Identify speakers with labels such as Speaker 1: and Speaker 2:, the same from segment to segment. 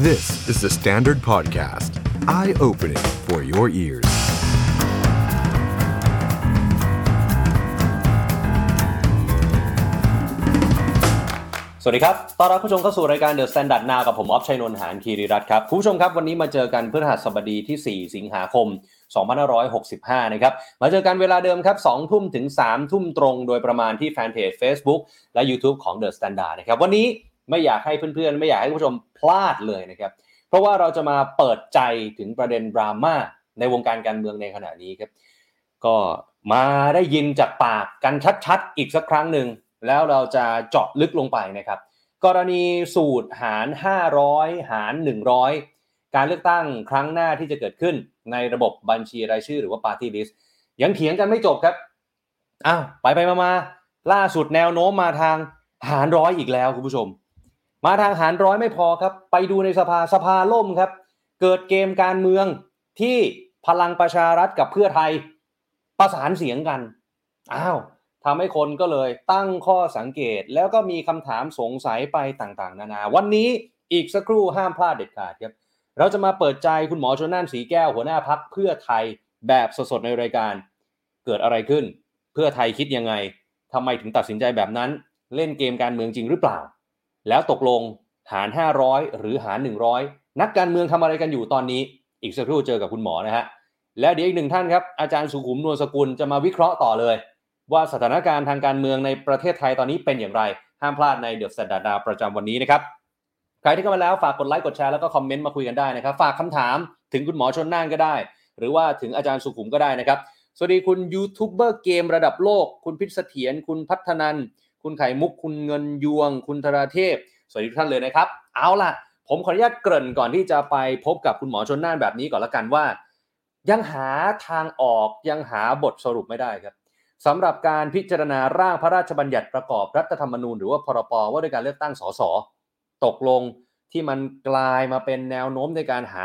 Speaker 1: This is the Standard Podcast. Eye-opening for your ears.
Speaker 2: สวัสดีครับต้อนรับผู้ชมเข้าสู่รายการ The Standard Now กับผมออฟชัยนนท์หานคีรีรัตน์ครับคุณผู้ชมครับวันนี้มาเจอกันพฤหัสบดีที่4สิงหาคม2565นะครับมาเจอกันเวลาเดิมครับ 20:00 น. ถึง 3:00 น. ตรงโดยประมาณที่แฟนเพจ Facebook และ YouTube ของ The Standard นะครับวันนี้ไม่อยากให้เพื่อนๆไม่อยากให้ผู้ชมพลาดเลยนะครับเพราะว่าเราจะมาเปิดใจถึงประเด็นดราม่าในวงการการเมืองในขณะนี้ครับก็มาได้ยินจากปากกันชัดๆอีกสักครั้งหนึ่งแล้วเราจะเจาะลึกลงไปนะครับกรณีสูตรหาร500หาร100การเลือกตั้งครั้งหน้าที่จะเกิดขึ้นในระบบบัญชีรายชื่อหรือว่า Party List ยังเถียงกันไม่จบครับไปมาล่าสุดแนวโน้มมาทางหาร100อีกแล้วคุณผู้ชมมาทางหาร100ไม่พอครับไปดูในสภาล่มครับเกิดเกมการเมืองที่พลังประชารัฐกับเพื่อไทยประสานเสียงกันทำให้คนก็เลยตั้งข้อสังเกตแล้วก็มีคำถามสงสัยไปต่างๆนานาวันนี้อีกสักครู่ห้ามพลาดเด็ดขาดครับเราจะมาเปิดใจคุณหมอชลน่าน สีแก้วหัวหน้าพรรคเพื่อไทยแบบสดๆในรายการเกิดอะไรขึ้นเพื่อไทยคิดยังไงทำไมถึงตัดสินใจแบบนั้นเล่นเกมการเมืองจริงหรือเปล่าแล้วตกลงหาร500หรือหาร100นักการเมืองทำอะไรกันอยู่ตอนนี้อีกสักครู่เจอกับคุณหมอนะฮะแล้วเดี๋ยวอีกหนึ่งท่านครับอาจารย์สุขุมนวลสกุลจะมาวิเคราะห์ต่อเลยว่าสถานการณ์ทางการเมืองในประเทศไทยตอนนี้เป็นอย่างไรห้ามพลาดใน The Standard ประจำวันนี้นะครับใครที่เข้ามาแล้วฝากกดไลค์กดแชร์แล้วก็คอมเมนต์มาคุยกันได้นะครับฝากคำถามถึงคุณหมอชลน่านก็ได้หรือว่าถึงอาจารย์สุขุมก็ได้นะครับสวัสดีคุณยูทูบเบอร์เกมระดับโลกคุณพิษเสถียรคุณพัฒนันท์คุณไข่มุกคุณเงินยวงคุณธราเทพสวัสดีทุกท่านเลยนะครับเอาล่ะผมขออนุญาตเกริ่นก่อนที่จะไปพบกับคุณหมอชลน่านแบบนี้ก่อนละกันว่ายังหาทางออกยังหาบทสรุปไม่ได้ครับสำหรับการพิจารณาร่างพระราชบัญญัติประกอบรัฐธรรมนูญหรือว่าพรป.ว่าด้วยการเลือกตั้งสสตกลงที่มันกลายมาเป็นแนวโน้มในการหาร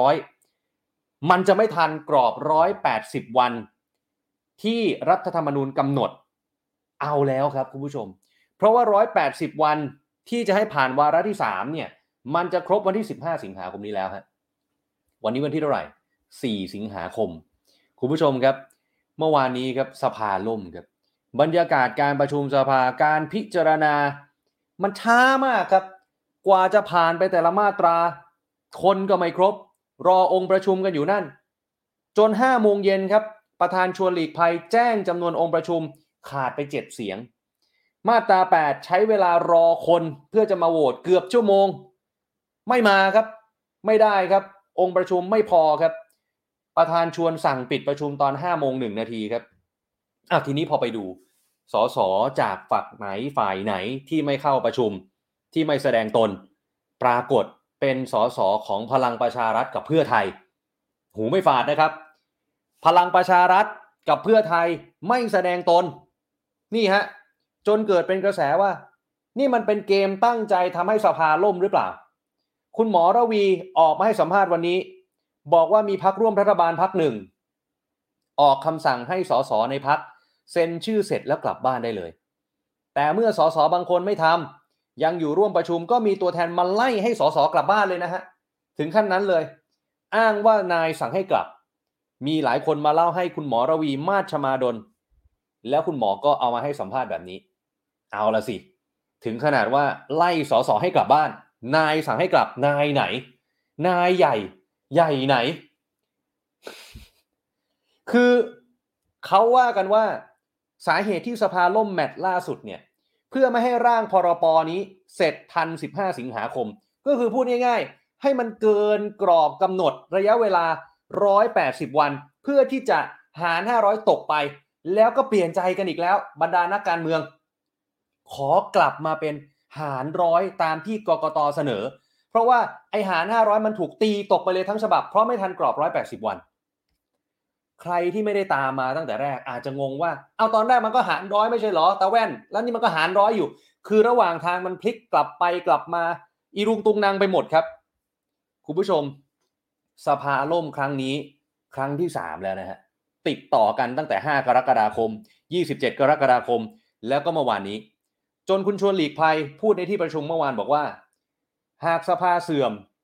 Speaker 2: 500มันจะไม่ทันกรอบ180วันที่รัฐธรรมนูญกำหนดเอาแล้วครับคุณผู้ชมเพราะว่า180วันที่จะให้ผ่านวาระที่3เนี่ยมันจะครบวันที่15สิงหาคมนี้แล้วฮะวันนี้วันที่เท่าไหร่4สิงหาคมคุณผู้ชมครับเมื่อวานนี้ครับสภาล่มครับบรรยากาศการประชุมสภาการพิจารณามันช้ามากครับกว่าจะผ่านไปแต่ละมาตราคนก็ไม่ครบรอองค์ประชุมกันอยู่นั่นจน5 โมงเย็นครับประธานชวนหลีกภัยแจ้งจำนวนองค์ประชุมขาดไป7เสียงมาตรา8ใช้เวลารอคนเพื่อจะมาโหวตเกือบชั่วโมงไม่มาครับไม่ได้ครับองค์ประชุมไม่พอครับประธานชวนสั่งปิดประชุมตอน5:01 น.ครับทีนี้พอไปดูสสจากฝั่งไหนฝ่ายไหนที่ไม่เข้าประชุมที่ไม่แสดงตนปรากฏเป็นสสของพลังประชารัฐกับเพื่อไทยหูไม่ฝาดนะครับพลังประชารัฐกับเพื่อไทยไม่แสดงตนนี่ฮะจนเกิดเป็นกระแสว่านี่มันเป็นเกมตั้งใจทำให้สภาล่มหรือเปล่าคุณหมอระวีออกมาให้สัมภาษณ์วันนี้บอกว่ามีพรรคร่วมรัฐบาลพรรคหนึ่งออกคำสั่งให้สสในพรรคเซ็นชื่อเสร็จแล้วกลับบ้านได้เลยแต่เมื่อสสบางคนไม่ทำยังอยู่ร่วมประชุมก็มีตัวแทนมาไล่ให้สสกลับบ้านเลยนะฮะถึงขั้นนั้นเลยอ้างว่านายสั่งให้กลับมีหลายคนมาเล่าให้คุณหมอระวีมาชมาดลแล้วคุณหมอก็เอามาให้สัมภาษณ์แบบนี้เอาละสิถึงขนาดว่าไล่สสให้กลับบ้านนายสั่งให้กลับนายไหนนายใหญ่ไหนคือเขาว่ากันว่าสาเหตุที่สภาล่มแมตช์ล่าสุดเนี่ยเพื่อไม่ให้ร่างพรป.นี้เสร็จทัน15สิงหาคมก็คือพูดง่ายๆให้มันเกินกรอบกำหนดระยะเวลา180วันเพื่อที่จะหาร500ตกไปแล้วก็เปลี่ยนใจกันอีกแล้วบรรดานักการเมืองขอกลับมาเป็นหาร100ตามที่กกต.เสนอเพราะว่าไอ้หาร500มันถูกตีตกไปเลยทั้งฉบับเพราะไม่ทันกรอบ180วันใครที่ไม่ได้ตามมาตั้งแต่แรกอาจจะงงว่าเอาตอนแรกมันก็หาร100ไม่ใช่เหรอตาแว่นแล้วนี่มันก็หาร100อยู่คือระหว่างทางมันพลิกกลับไปกลับมาอีรุงตุงนางไปหมดครับคุณผู้ชมสภาล่มครั้งนี้ครั้งที่3แล้วนะฮะติดต่อกันตั้งแต่5กรกฎาคม27กรกฎาคมแล้วก็เมื่อวานนี้จนคุณชวนหลีกภัยพูดในที่ประชุมเมื่อวานบอกว่าหากสภาเสื่อม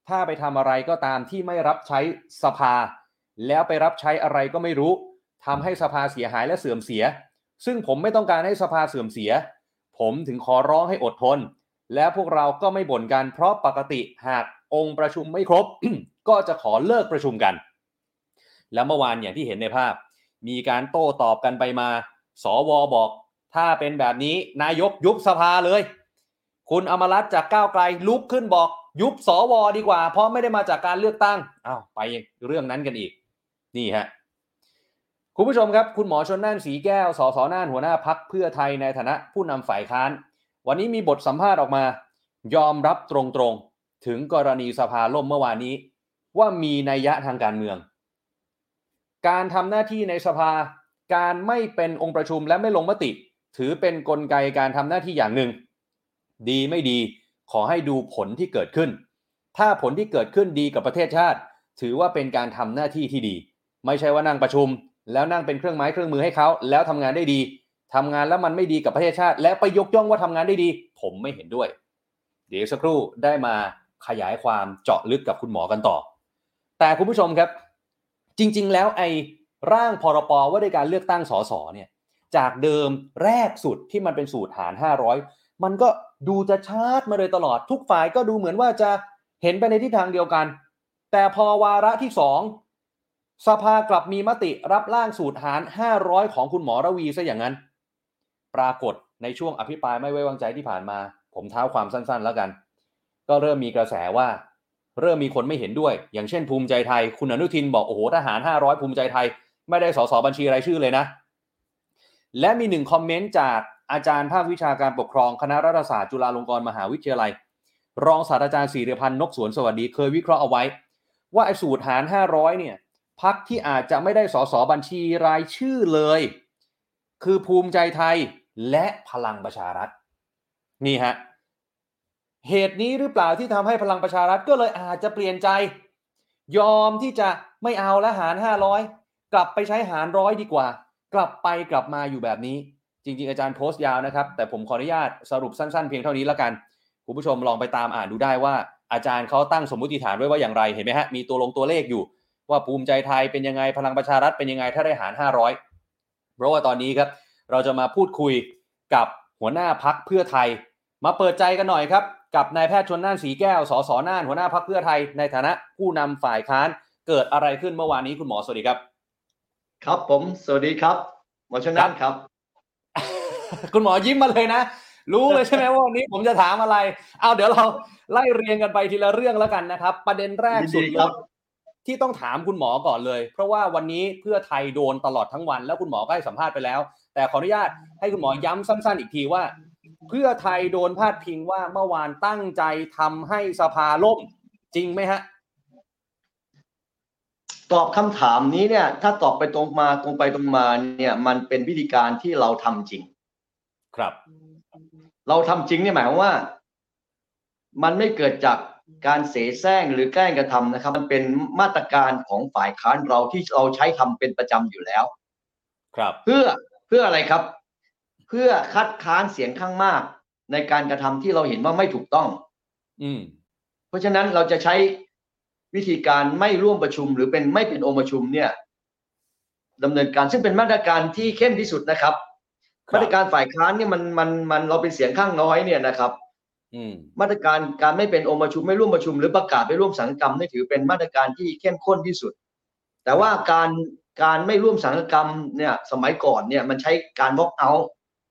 Speaker 2: ถ้าไปทำอะไรก็ตามที่ไม่รับใช้สภาแล้วไปรับใช้อะไรก็ไม่รู้ทำให้สภาเสียหายและเสื่อมเสียซึ่งผมไม่ต้องการให้สภาเสื่อมเสียผมถึงขอร้องให้อดทนแล้วพวกเราก็ไม่บ่นกันเพราะปกติหากองค์ประชุมไม่ครบ ก็จะขอเลิกประชุมกันแล้วเมื่อวานอย่างที่เห็นในภาพมีการโต้ตอบกันไปมาสวบอกถ้าเป็นแบบนี้นายกยุบสภาเลยคุณอมรรัตน์จากก้าวไกลลุกขึ้นบอกยุบสวดีกว่าเพราะไม่ได้มาจากการเลือกตั้งอ้าวไปเรื่องนั้นกันอีกนี่ฮะคุณผู้ชมครับคุณหมอชลน่านสีแก้วสสน่านหัวหน้าพรรคเพื่อไทยในฐานะผู้นำฝ่ายค้านวันนี้มีบทสัมภาษณ์ออกมายอมรับตรงๆถึงกรณีสภาล่มเมื่อวานนี้ว่ามีนัยยะทางการเมืองการทำหน้าที่ในสภาการไม่เป็นองค์ประชุมและไม่ลงมติถือเป็นกลไกการทำหน้าที่อย่างหนึ่งดีไม่ดีขอให้ดูผลที่เกิดขึ้นถ้าผลที่เกิดขึ้นดีกับประเทศชาติถือว่าเป็นการทำหน้าที่ที่ดีไม่ใช่ว่านั่งประชุมแล้วนั่งเป็นเครื่องไม้เครื่องมือให้เขาแล้วทำงานได้ดีทำงานแล้วมันไม่ดีกับประเทศชาติและไปยกย่องว่าทำงานได้ดีผมไม่เห็นด้วยเดี๋ยวสักครู่ได้มาขยายความเจาะลึกกับคุณหมอกันต่อแต่คุณผู้ชมครับจริงๆแล้วไอ้ร่างพรป.ว่าด้วยการเลือกตั้งสสเนี่ยจากเดิมแรกสุดที่มันเป็นสูตรหาร500มันก็ดูจะชาติมาเลยตลอดทุกฝ่ายก็ดูเหมือนว่าจะเห็นไปในทิศทางเดียวกันแต่พอวาระที่2สภากลับมีมติรับร่างสูตรหาร500ของคุณหมอระวีซะอย่างนั้นปรากฏในช่วงอภิปรายไม่ไว้วางใจที่ผ่านมาผมเท้าความสั้นๆแล้วกันก็เริ่มมีกระแสว่าเริ่มมีคนไม่เห็นด้วยอย่างเช่นภูมิใจไทยคุณอนุทินบอกโอ้โหทหาร500ภูมิใจไทยไม่ได้สสบัญชีรายชื่อเลยนะและมี1คอมเมนต์จากอาจารย์ภาควิชาการปกครองคณะรัฐศาสตร์จุฬาลงกรณ์มหาวิทยาลัยรองศาสตราจารย์ศิริพันธ์นกสวนสวัสดีเคยวิเคราะห์เอาไว้ว่าไอ้สูตรหาร500เนี่ยพรรคที่อาจจะไม่ได้สสบัญชีรายชื่อเลยคือภูมิใจไทยและพลังประชารัฐนี่ฮะเหตุนี้หรือเปล่าที่ทำให้พลังประชารัฐก็เลยอาจจะเปลี่ยนใจยอมที่จะไม่เอาและหาร500กลับไปใช้หาร100ดีกว่ากลับไปกลับมาอยู่แบบนี้จริงๆอาจารย์โพสต์ยาวนะครับแต่ผมขออนุญาตสรุปสั้นๆเพียงเท่านี้แล้วกันคุณผู้ชมลองไปตามอ่านดูได้ว่าอาจารย์เขาตั้งสมมุติฐานไว้ว่าอย่างไรเห็นไหมฮะมีตัวเลขอยู่ว่าภูมิใจไทยเป็นยังไงพลังประชารัฐเป็นยังไงถ้าได้หาร500เพราะว่าตอนนี้ครับเราจะมาพูดคุยกับหัวหน้าพรรคเพื่อไทยมาเปิดใจกันหน่อยครับกับนายแพทย์ชลน่านสีแก้วสสน่านหัวหน้าพรรคเพื่อไทยในฐานะผู้นำฝ่ายค้านเกิดอะไรขึ้นเมื่อวานนี้คุณหมอสวัสดีครับ
Speaker 3: ครับผมสวัสดีครับหมอชลน่านครับ
Speaker 2: คุณหมอยิ้มมาเลยนะรู้เลยใช่ไหมว่าวันนี้ผมจะถามอะไรเอาเดี๋ยวเราไล่เรียงกันไปทีละเรื่องแล้วกันนะครับประเด็นแรกสุดเลยที่ต้องถามคุณหมอก่อนเลยเพราะว่าวันนี้เพื่อไทยโดนตลอดทั้งวันแล้วคุณหมอก็ให้สัมภาษณ์ไปแล้วแต่ขออนุญาตให้คุณหมอย้ำสั้นๆอีกทีว่าเพื่อไทยโดนพาดพิงว่าเมื่อวานตั้งใจทำให้สภาล่มจริงไหมฮะ
Speaker 3: ตอบคำถามนี้เนี่ยถ้าตอบไปตรงมาตรงไปตรงมาเนี่ยมันเป็นวิธีการที่เราทำจริง
Speaker 2: ครับ
Speaker 3: เราทำจริงเนี่ยหมายความว่ามันไม่เกิดจากการเสแสร้งหรือแกล้งกระทำนะครับมันเป็นมาตรการของฝ่ายค้านเราที่เราใช้ทำเป็นประจำอยู่แล้ว
Speaker 2: ครับ
Speaker 3: เพื่ออะไรครับเพื่อคัดค้านเสียงข้างมากในการกระทำที่เราเห็นว่าไม่ถูกต้องเพราะฉะนั้นเราจะใช้วิธีการไม่ร่วมประชุมหรือเป็นไม่เป็นองค์ประชุมเนี่ยดำเนินการซึ่งเป็นมาตรการที่เข้มที่สุดนะครับมาตรการฝ่ายค้านเนี่ยมันเราเป็นเสียงข้างน้อยเนี่ยนะครับมาตรการการไม่เป็นองค์ประชุมไม่ร่วมประชุมหรือประกาศไม่ร่วมสังฆกรรมนี่ถือเป็นมาตรการที่เข้มข้นที่สุดแต่ว่าการไม่ร่วมสังฆกรรมเนี่ยสมัยก่อนเนี่ยมันใช้การวอล์กเอาท์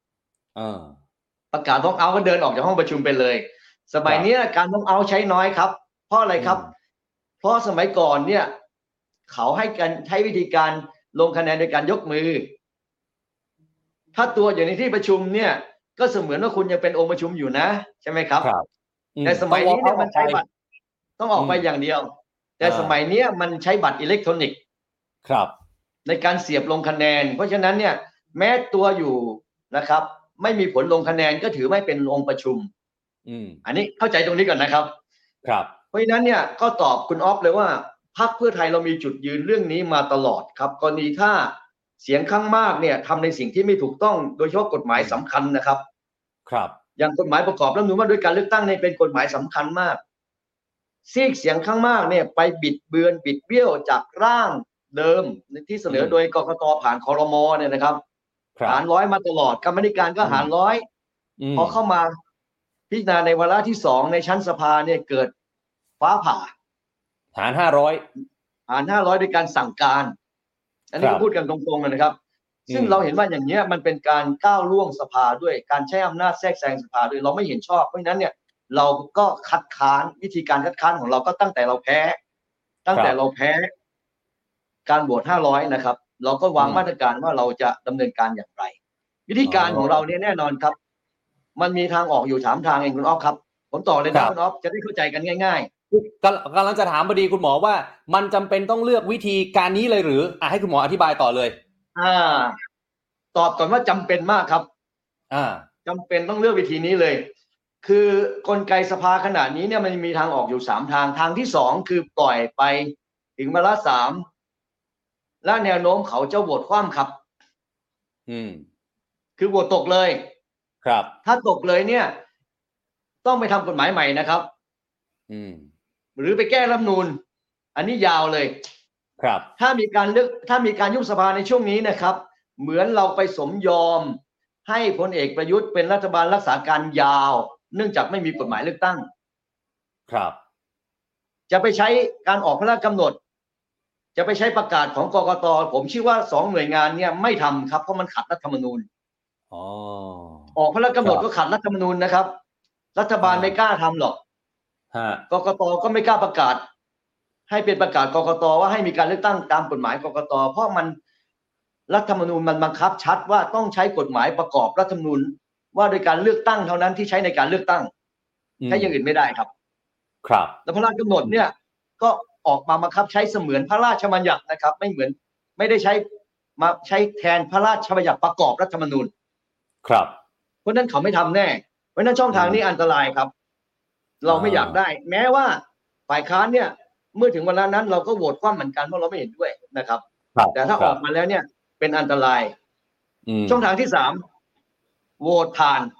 Speaker 3: ประกาศวอล์กเอาท์ก็เดินออกจากห้องประชุมไปเลยสมัยนี้การวอล์กเอาท์ใช้น้อยครับเพราะอะไรครับเพราะสมัยก่อนเนี่ยเขาให้กันใช้วิธีการลงคะแนนโดยการยกมือถ้าตัวอยู่ในที่ประชุมเนี่ยก็เสมือนว่าคุณยังเป็นองค์ประชุมอยู่นะใช่ไหมครับแต่สมัยนี้เนี่ยมันใช้บัตรต้องออกไปอย่างเดียวแต่สมัยนี้มันใช้บัตรอิเล็กทรอนิกส์
Speaker 2: ครับ
Speaker 3: ในการเสียบลงคะแนนเพราะฉะนั้นเนี่ยแม้ตัวอยู่นะครับไม่มีผลลงคะแนนก็ถือไม่เป็นองค์ประชุมอันนี้เข้าใจตรงนี้ก่อนนะครับ
Speaker 2: ครับ
Speaker 3: เพราะฉะนั้นเนี่ยก็ตอบคุณอ๊อฟเลยว่าพรรคเพื่อไทยเรามีจุดยืนเรื่องนี้มาตลอดครับกรณีถ้าเสียงข้างมากเนี่ยทำในสิ่งที่ไม่ถูกต้องโดยเฉพาะกฎหมายสำคัญนะครับ
Speaker 2: ครับ
Speaker 3: อย่างกฎหมายประกอบรัฐธรรมนูญว่าด้วยการเลือกตั้งเนี่ยเป็นกฎหมายสำคัญมากซีกเสียงข้างมากเนี่ยไปบิดเบือนบิดเบี้ยวจากร่างเดิมที่เสนอโดยกกตผ่านครม.เนี่ยนะครับหารร้อยมาตลอดกรรมาธิการก็หารร้อยพอเข้ามาพิจารณาในวาระที่2ในชั้นสภาเนี่ยเกิดฟ้าผ่า
Speaker 2: หาร500
Speaker 3: โดยการสั่งการอันนี้ก็พูดกันตรงๆนะครับซึ่งเราเห็นว่าอย่างนี้มันเป็นการก้าวล่วงสภาด้วยการใช้อำนาจแทรกแซงสภาด้วยเราไม่เห็นชอบเพราะฉะนั้นเนี่ยเราก็คัดค้านวิธีการคัดค้านของเราก็ตั้งแต่เราแพ้การโหวต500นะครับเราก็วางมาตรการว่าเราจะดำเนินการอย่างไรวิธีการของเราเนี่ยแน่นอนครับมันมีทางออกอยู่3ทางเองคุณอ๊อฟครับผมต่อเลยนะคุณอ๊อฟจะได้เข้าใจกันง่าย
Speaker 2: ๆกำลังจะถามพอดีคุณหมอว่ามันจำเป็นต้องเลือกวิธีการนี้เลยหรือให้คุณหมออธิบายต่อเลย
Speaker 3: ตอบก่อนว่าจำเป็นมากครับจำเป็นต้องเลือกวิธีนี้เลยคือกลไกสภาขณะนี้เนี่ยมันมีทางออกอยู่3ทางที่2คือปล่อยไปถึงวาระ3และแนวโน้มเขาจะโหวตคว่ำครับคือโหวตตกเลย
Speaker 2: ครับ
Speaker 3: ถ้าตกเลยเนี่ยต้องไปทำกฎหมายใหม่นะครับหรือไปแก้รัฐธรรมนูญอันนี้ยาวเลย
Speaker 2: ครับ
Speaker 3: ถ้ามีการยุบสภาในช่วงนี้นะครับเหมือนเราไปสมยอมให้พลเอกประยุทธ์เป็นรัฐบาลรักษาการยาวเนื่องจากไม่มีกฎหมายเลือกตั้ง
Speaker 2: ครับ
Speaker 3: จะไปใช้การออกพระราชกำหนดจะไปใช้ประกาศของกกต.ผมเชื่อว่า2หน่วยงานเนี่ยไม่ทำครับเพราะมันขัดรัฐธรรมนูญออกพระราชกำหนดก็ขัดรัฐธรรมนูญนะครับรัฐบาลไม่กล้าทำหรอกกกต.ก็ไม่กล้าประกาศให้เป็นประกาศกกต.ว่าให้มีการเลือกตั้งตามกฎหมายกกต.เพราะมันรัฐธรรมนูญมันบังคับชัดว่าต้องใช้กฎหมายประกอบรัฐธรรมนูญว่าโดยการเลือกตั้งเท่านั้นที่ใช้ในการเลือกตั้งใช้อย่างอื่นไม่ได้ครับ
Speaker 2: ครับ
Speaker 3: แล้วพระราชกำหนดเนี่ยก็ออกมาบังคับใช้เสมือนพระราชบัญญัตินะครับไม่ได้ใช้มาใช้แทนพระราชบัญญัติประกอบรัฐธรรมนูญ
Speaker 2: ครับ
Speaker 3: เพราะนั้นเขาไม่ทำแน่เพราะนั้นช่องทางนี้อันตรายครับเราไม่อยากได้แม้ว่าฝ่ายค้านเนี่ยเมื่อถึงเวลานั้นเราก็โหวตคว่ำเหมือนกันเพราะเราไม่เห็นด้วยนะครับแต่ถ้าออกมาแล้วเนี่ยเป็นอันตรายช่องทางที่3โหวตผ่าน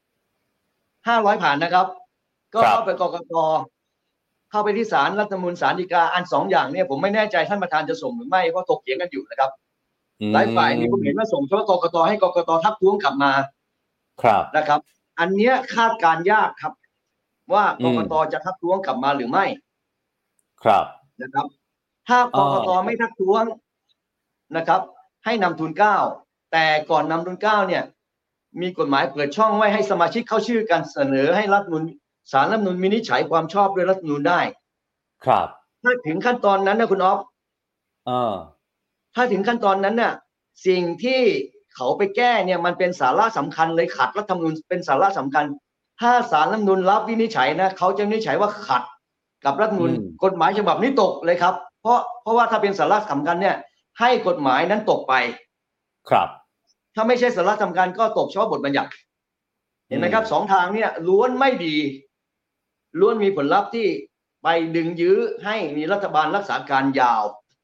Speaker 3: 500ผ่านนะครับก็เข้าไปกกต.เข้าไปที่ศาลรัฐธรรมนูญศาลฎีกาอัน2อย่างเนี่ยผมไม่แน่ใจท่านประธานจะส่งหรือไม่เพราะถกเถียงกันอยู่นะครับหลายฝ่ายมีผมเห็นว่าส่งเฉพาะกกต.ให้กกต.ทักท้วงกลับมานะครับอันเนี้ยคาดการยากครับว่ากกต.จะทักท้วงกลับมาหรือไม่
Speaker 2: ครับ
Speaker 3: นะครับถ้ากกต.ไม่ทักท้วงนะครับให้นำทุน9แต่ก่อนนำทุน9เนี่ยมีกฎหมายเปิดช่องไว้ให้สมาชิกเข้าชื่อการเสนอให้รัฐธรรมนูญศาลรัฐธรรมนูญวินิจฉัยความชอบด้วยรัฐธรรมนูญได้
Speaker 2: ครับ
Speaker 3: ถ้าถึงขั้นตอนนั้นนะคุณอ๊อฟถ้าถึงขั้นตอนนั้นเนี่ยสิ่งที่เขาไปแก้เนี่ยมันเป็นสาระสำคัญเลยขัดรัฐธรรมนูญเป็นสาระสำคัญถ้าศาลรัฐธรรมนูญรับวินิจฉัยนะเขาจะวินิจฉัยว่าขัดกับรัฐธรรมนูญกฎหมายฉบับนี้ตกเลยครับเพราะว่าถ้าเป็นสาระสำคัญเนี่ยให้กฎหมายนั้นตกไป
Speaker 2: ครับ
Speaker 3: ถ้าไม่ใช่สาระสำคัญก็ตกเฉพาะบทบัญญัติเห็นไหมครับ2ทางเนี่ยล้วนไม่ดีล้วนมีผลลัพธ์ที่ไปดึงยื้อให้มีรัฐบาลรักษาการยาว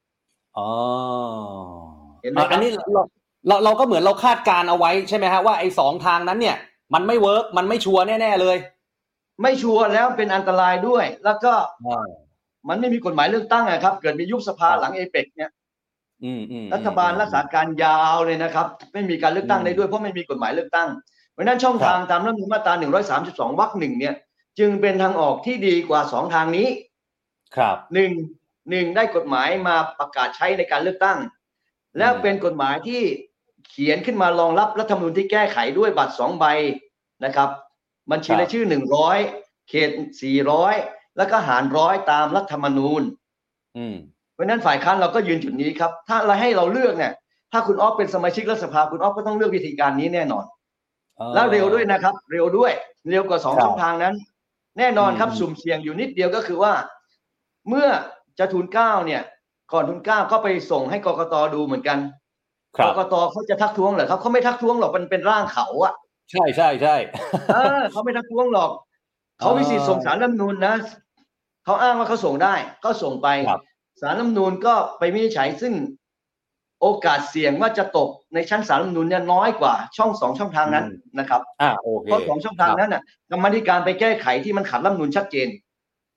Speaker 2: เห็นไหมอันนี้เราก็เหมือนเราคาดการเอาไว้ใช่ไหมฮะว่าไอ้2ทางนั้นเนี่ยมันไม่เวิร์กมันไม่ชัวร์แน่ๆเลย
Speaker 3: ไม่ชัวร์แล้วเป็นอันตรายด้วยแล้วก็มันไม่มีกฎหมายเลือกตั้งครับเกิดมียุบสภาหลังเอเปกเนี่ยรัฐบาลรักษาการยาวเลยนะครับไม่มีการเลือกตั้งได้ด้วยเพราะไม่มีกฎหมายเลือกตั้งเพราะนั้นช่องทางตามรัฐธรรมนูญมาตรา132 วรรค 1เนี่ยจึงเป็นทางออกที่ดีกว่า2ทางนี้
Speaker 2: ครับ
Speaker 3: 1ได้กฎหมายมาประกาศใช้ในการเลือกตั้งแล้วเป็นกฎหมายที่เขียนขึ้นมารองรับรัฐธรรมนูญที่แก้ไขด้วยบัตร2ใบนะครับบัญชีรายชื่อ100เขต400แล้วก็หาร100ตามรัฐธรรมนูญเพราะนั้นฝ่ายค้านเราก็ยืนจุดนี้ครับถ้าเราให้เราเลือกเนี่ยถ้าคุณอ๊อฟเป็นสมาชิกรัฐสภาคุณอ๊อฟก็ต้องเลือกวิธีการนี้แน่นอนแล้วเร็วด้วยนะครับเร็วด้วยเร็วกว่า2ช่องทางนั้นแน่นอนครับสุ่มเสี่ยงอยู่นิดเดียวก็คือว่าเมื่อจะทุน9เนี่ยก่อนทุน9ก็ไปส่งให้กกต.ดูเหมือนกันกกต.เขาจะทักท้วงเหรอครับเขาไม่ทักท้วงหรอกมันเป็นร่างเขาอะ
Speaker 2: ใช่ใช่ใช่
Speaker 3: เขาไม่ทักท้วงหรอกเขามีสิทธิส่งศาลรัฐธรรมนูญนะเขาอ้างว่าเขาส่งได้ก็ส่งไปศาลรัฐธรรมนูญก็ไปวินิจฉัยซึ่งโอกาสเสี่ยงว่าจะตกในชั้นศาลรัฐธรรมนูญเนี่ยน้อยกว่า2ช่องทางนั้นนะครับ
Speaker 2: โอเค
Speaker 3: เพราะ2ช่องทางนั้นน่ะกรรมาธิการไปแก้ไขที่มันขัดรัฐธรรมนูญชัดเจน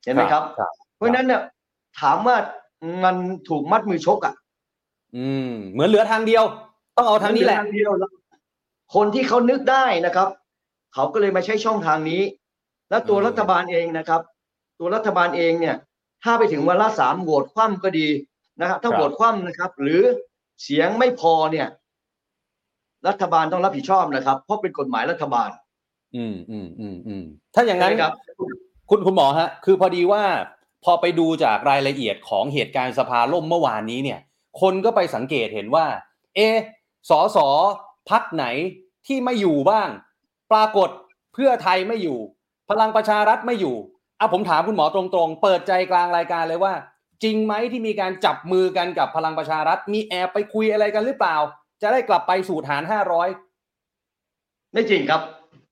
Speaker 3: เห็นไหมครับเพราะฉะนั้นเนี่ยถามว่ามันถูกมัดมือชกอ่ะ
Speaker 2: เหมือนเหลือทางเดียวต้องเอาทางนี้แหละ
Speaker 3: คนที่เขานึกได้นะครับเขาก็เลยมาใช้ช่องทางนี้แล้วตัวรัฐบาลเองนะครับตัวรัฐบาลเองเนี่ยถ้าไปถึงวาระ3โหวตคว่ำก็ดีนะครับถ้าโหวตคว่ำนะครับหรือเสียงไม่พอเนี่ยรัฐบาลต้องรับผิดชอบนะครับเพราะเป็นกฎหมายรัฐบาล
Speaker 2: ถ้าอย่างนั้นคุณหมอฮะคือพอดีว่าพอไปดูจากรายละเอียดของเหตุการณ์สภาล่มเมื่อวานนี้เนี่ยคนก็ไปสังเกตเห็นว่าสสพรรคไหนที่ไม่อยู่บ้างปรากฏเพื่อไทยไม่อยู่พลังประชารัฐไม่อยู่ผมถามคุณหมอตรงๆเปิดใจกลางรายการเลยว่าจริงไหมที่มีการจับมือกันกับพลังประชารัฐมีแอบไปคุยอะไรกันหรือเปล่าจะได้กลับไปสู่ฐาน500
Speaker 3: ไม่จริงครับ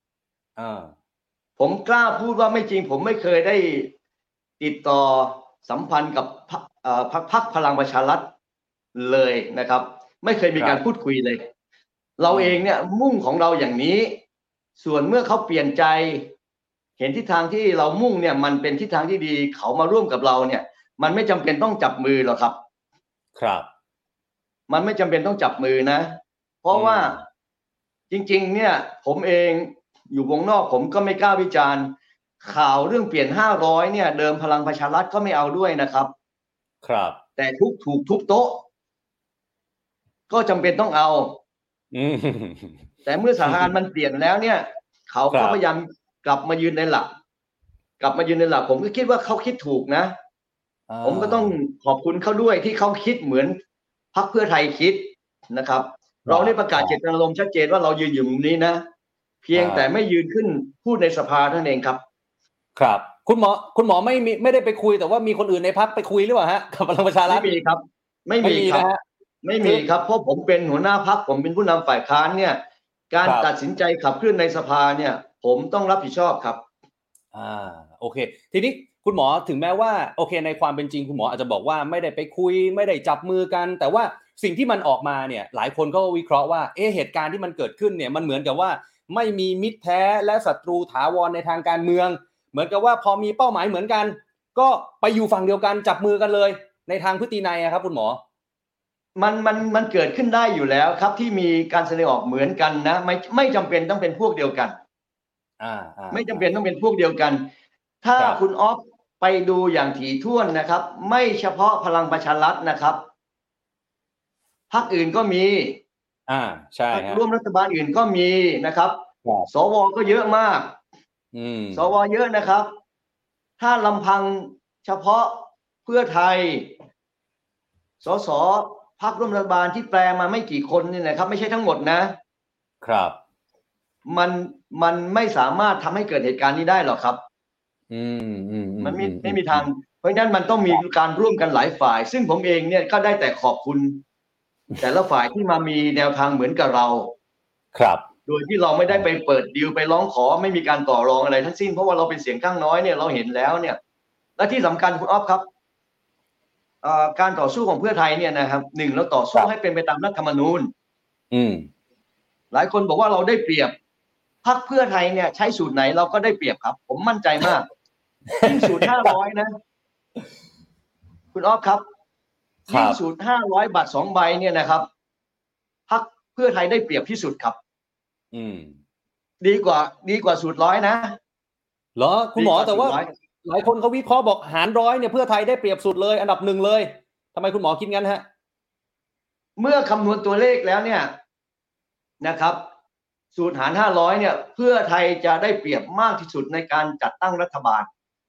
Speaker 3: ผมกล้าพูดว่าไม่จริงผมไม่เคยได้ติดต่อสัมพันธ์กับพรรคพลังประชารัฐเลยนะครับไม่เคยมีการพูดคุยเลยเราเองเนี่ยมุ่งของเราอย่างนี้ส่วนเมื่อเขาเปลี่ยนใจเห็นทิศทางที่เรามุ่งเนี่ยมันเป็นทิศทางที่ดีเขามาร่วมกับเราเนี่ยมันไม่จำเป็นต้องจับมือหรอกครับมันไม่จำเป็นต้องจับมือนะเพราะว่าจริงๆเนี่ยผมเองอยู่วงนอกผมก็ไม่กล้าวิจารณ์ข่าวเรื่องเปลี่ยน500เนี่ยเดิมพลังประชารัฐก็ไม่เอาด้วยนะครับแต่ถูกทุบโต๊ะก็จำเป็นต้องเอาแต่เมื่อสถานการณ์มันเปลี่ยนแล้วเนี่ยเขาก็พยายามกลับมายืนในหลักผมก็คิดว่าเขาคิดถูกนะผมก็ต้องขอบคุณเขาด้วยที่เขาคิดเหมือนพรรคเพื่อไทยคิดนะครับเราได้ประกาศเจตนารมณ์ชัดเจนว่าเรายืนอยู่มุมนี้นะเพียงแต่ไม่ยืนขึ้นพูดในสภาเท่านั้นเองครับ
Speaker 2: คุณหมอไม่ได้ไปคุยแต่ว่ามีคนอื่นในพรรคไปคุยหรือเปล่าฮะกับพลังประชารัฐ
Speaker 3: ไม่มีครับไม่มีครับเพราะผมเป็นหัวหน้าพรรคผมเป็นผู้นำฝ่ายค้านเนี่ยการตัดสินใจขับเคลื่อนในสภาเนี่ยผมต้องรับผิดชอบครับ
Speaker 2: โอเคทีนี้คุณหมอถึงแม้ว่าโอเคในความเป็นจริงคุณหมออาจจะบอกว่าไม่ได้ไปคุยไม่ได้จับมือกันแต่ว่าสิ่งที่มันออกมาเนี่ยหลายคนก็วิเคราะห์ว่าเหตุการณ์ที่มันเกิดขึ้นเนี่ยมันเหมือนกับว่าไม่มีมิตรแท้และศัตรูถาวรในทางการเมืองเหมือนกับว่าพอมีเป้าหมายเหมือนกันก็ไปอยู่ฝั่งเดียวกันจับมือกันเลยในทางพฤตินัยครับคุณหมอ
Speaker 3: มันเกิดขึ้นได้อยู่แล้วครับที่มีการแสดงออกเหมือนกันนะไม่จำเป็นต้องเป็นพวกเดียวกันไม่จำเป็นต้องเป็นพวกเดียวกันถ้าคุณออฟไปดูอย่างถี่ถ้วนนะครับไม่เฉพาะพลังประชารัฐนะครับพรรคอื่นก็มี
Speaker 2: ใช่
Speaker 3: ร่วมรัฐบาลอื่นก็มีนะครับสวก็เยอะมากสวเยอะนะครับถ้าลำพังเฉพาะเพื่อไทยสสพรรคร่วมรัฐบาลที่แปลมาไม่กี่คนนี่นะครับไม่ใช่ทั้งหมดนะครับมันไม่สามารถทำให้เกิดเหตุการณ์นี้ได้หรอกครับมันไม่มีทางเพราะฉะนั้นมันต้องมีการร่วมกันหลายฝ่ายซึ่งผมเองเนี่ยก็ได้แต่ขอบคุณแต่ละฝ่ายที่มามีแนวทางเหมือนกับเรา
Speaker 2: ครับ
Speaker 3: โดยที่เราไม่ได้ไปเปิดดีลไปร้องขอไม่มีการต่อรองอะไรทั้งสิ้นเพราะว่าเราเป็นเสียงข้างน้อยเนี่ยเราเห็นแล้วเนี่ยและที่สำคัญคุณอ๊อฟครับการต่อสู้ของเพื่อไทยเนี่ยนะครับ1เราต่อสู้ให้เป็นไปตามรัฐธรรมนูญหลายคนบอกว่าเราได้เปรียบพรรคเพื่อไทยเนี่ยใช้สูตรไหนเราก็ได้เปรียบครับผมมั่นใจมากยิ่งสูตร500นะคุณอ๊อฟครับยิ่งสูตร500 บาท2 ใบเนี่ยนะครับพรรคเพื่อไทยได้เปรียบที่สุดครับดีกว่าสูตร100นะ
Speaker 2: เหรอคุณหมอแต่ว่าหลายคนเขาวิเคราะห์บอกหาร100เนี่ยเพื่อไทยได้เปรียบสุดเลยอันดับ1เลยทำไมคุณหมอคิดงั้นฮะ
Speaker 3: เมื่อคำนวณตัวเลขแล้วเนี่ยนะครับสูตรหาร500เนี่ยเพื่อไทยจะได้เปรียบมากที่สุดในการจัดตั้งรัฐบาล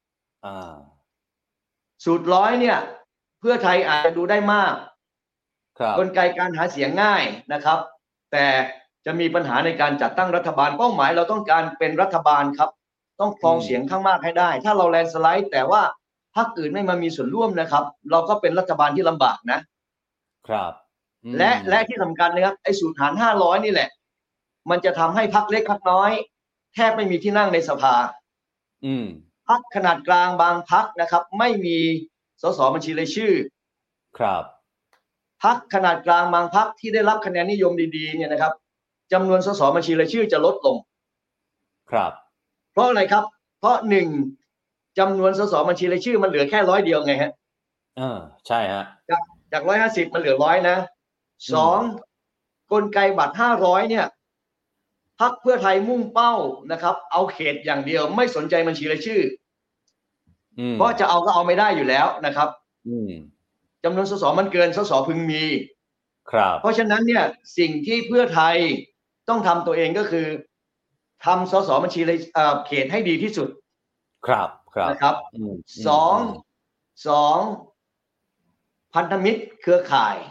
Speaker 3: สูตร100เนี่ยเพื่อไทยอาจจะดูได้มากกลไกการหาเสียงง่ายนะครับแต่จะมีปัญหาในการจัดตั้งรัฐบาลเป้าหมายเราต้องการเป็นรัฐบาลครับต้องครองเสียงข้างมากให้ได้ถ้าเราแลนสไลด์แต่ว่าพรรคอื่นไม่มามีส่วนร่วมนะครับเราก็เป็นรัฐบาลที่ลำบากนะครับและที่สำคัญนะครับไอ้สูตรหาร500นี่แหละมันจะทำให้พรรคเล็กพรรคน้อยแทบไม่มีที่นั่งในสภาพรรคขนาดกลางบางพรรคนะครับไม่มีสสบัญชีรายชื่อ
Speaker 2: ครับ
Speaker 3: พรรคขนาดกลางบางพรรคที่ได้รับคะแนนนิยมดีๆเนี่ยนะครับจำนวนสสบัญชีรายชื่อจะลดลง
Speaker 2: ครับ
Speaker 3: เพราะอะไรครับเพราะ1 จำนวนสสบัญชีรายชื่อมันเหลือแค่100เดียวไงฮะ
Speaker 2: ใช่ฮะ
Speaker 3: จาก150มันเหลือ100นะ2กลไกบัตร500เนี่ยพรรคเพื่อไทยมุ่งเป้านะครับเอาเขตอย่างเดียวไม่สนใจบัญชีรายชื่อเพราะจะเอาก็เอาไม่ได้อยู่แล้วนะครับจำนวนสสมันเกินสสพึงมี
Speaker 2: ครับ
Speaker 3: เพราะฉะนั้นเนี่ยสิ่งที่เพื่อไทยต้องทำตัวเองก็คือทำสสบัญชีเขตให้ดีที่สุด
Speaker 2: ครับ
Speaker 3: นะครับสองพันธมิตรเครือข่าย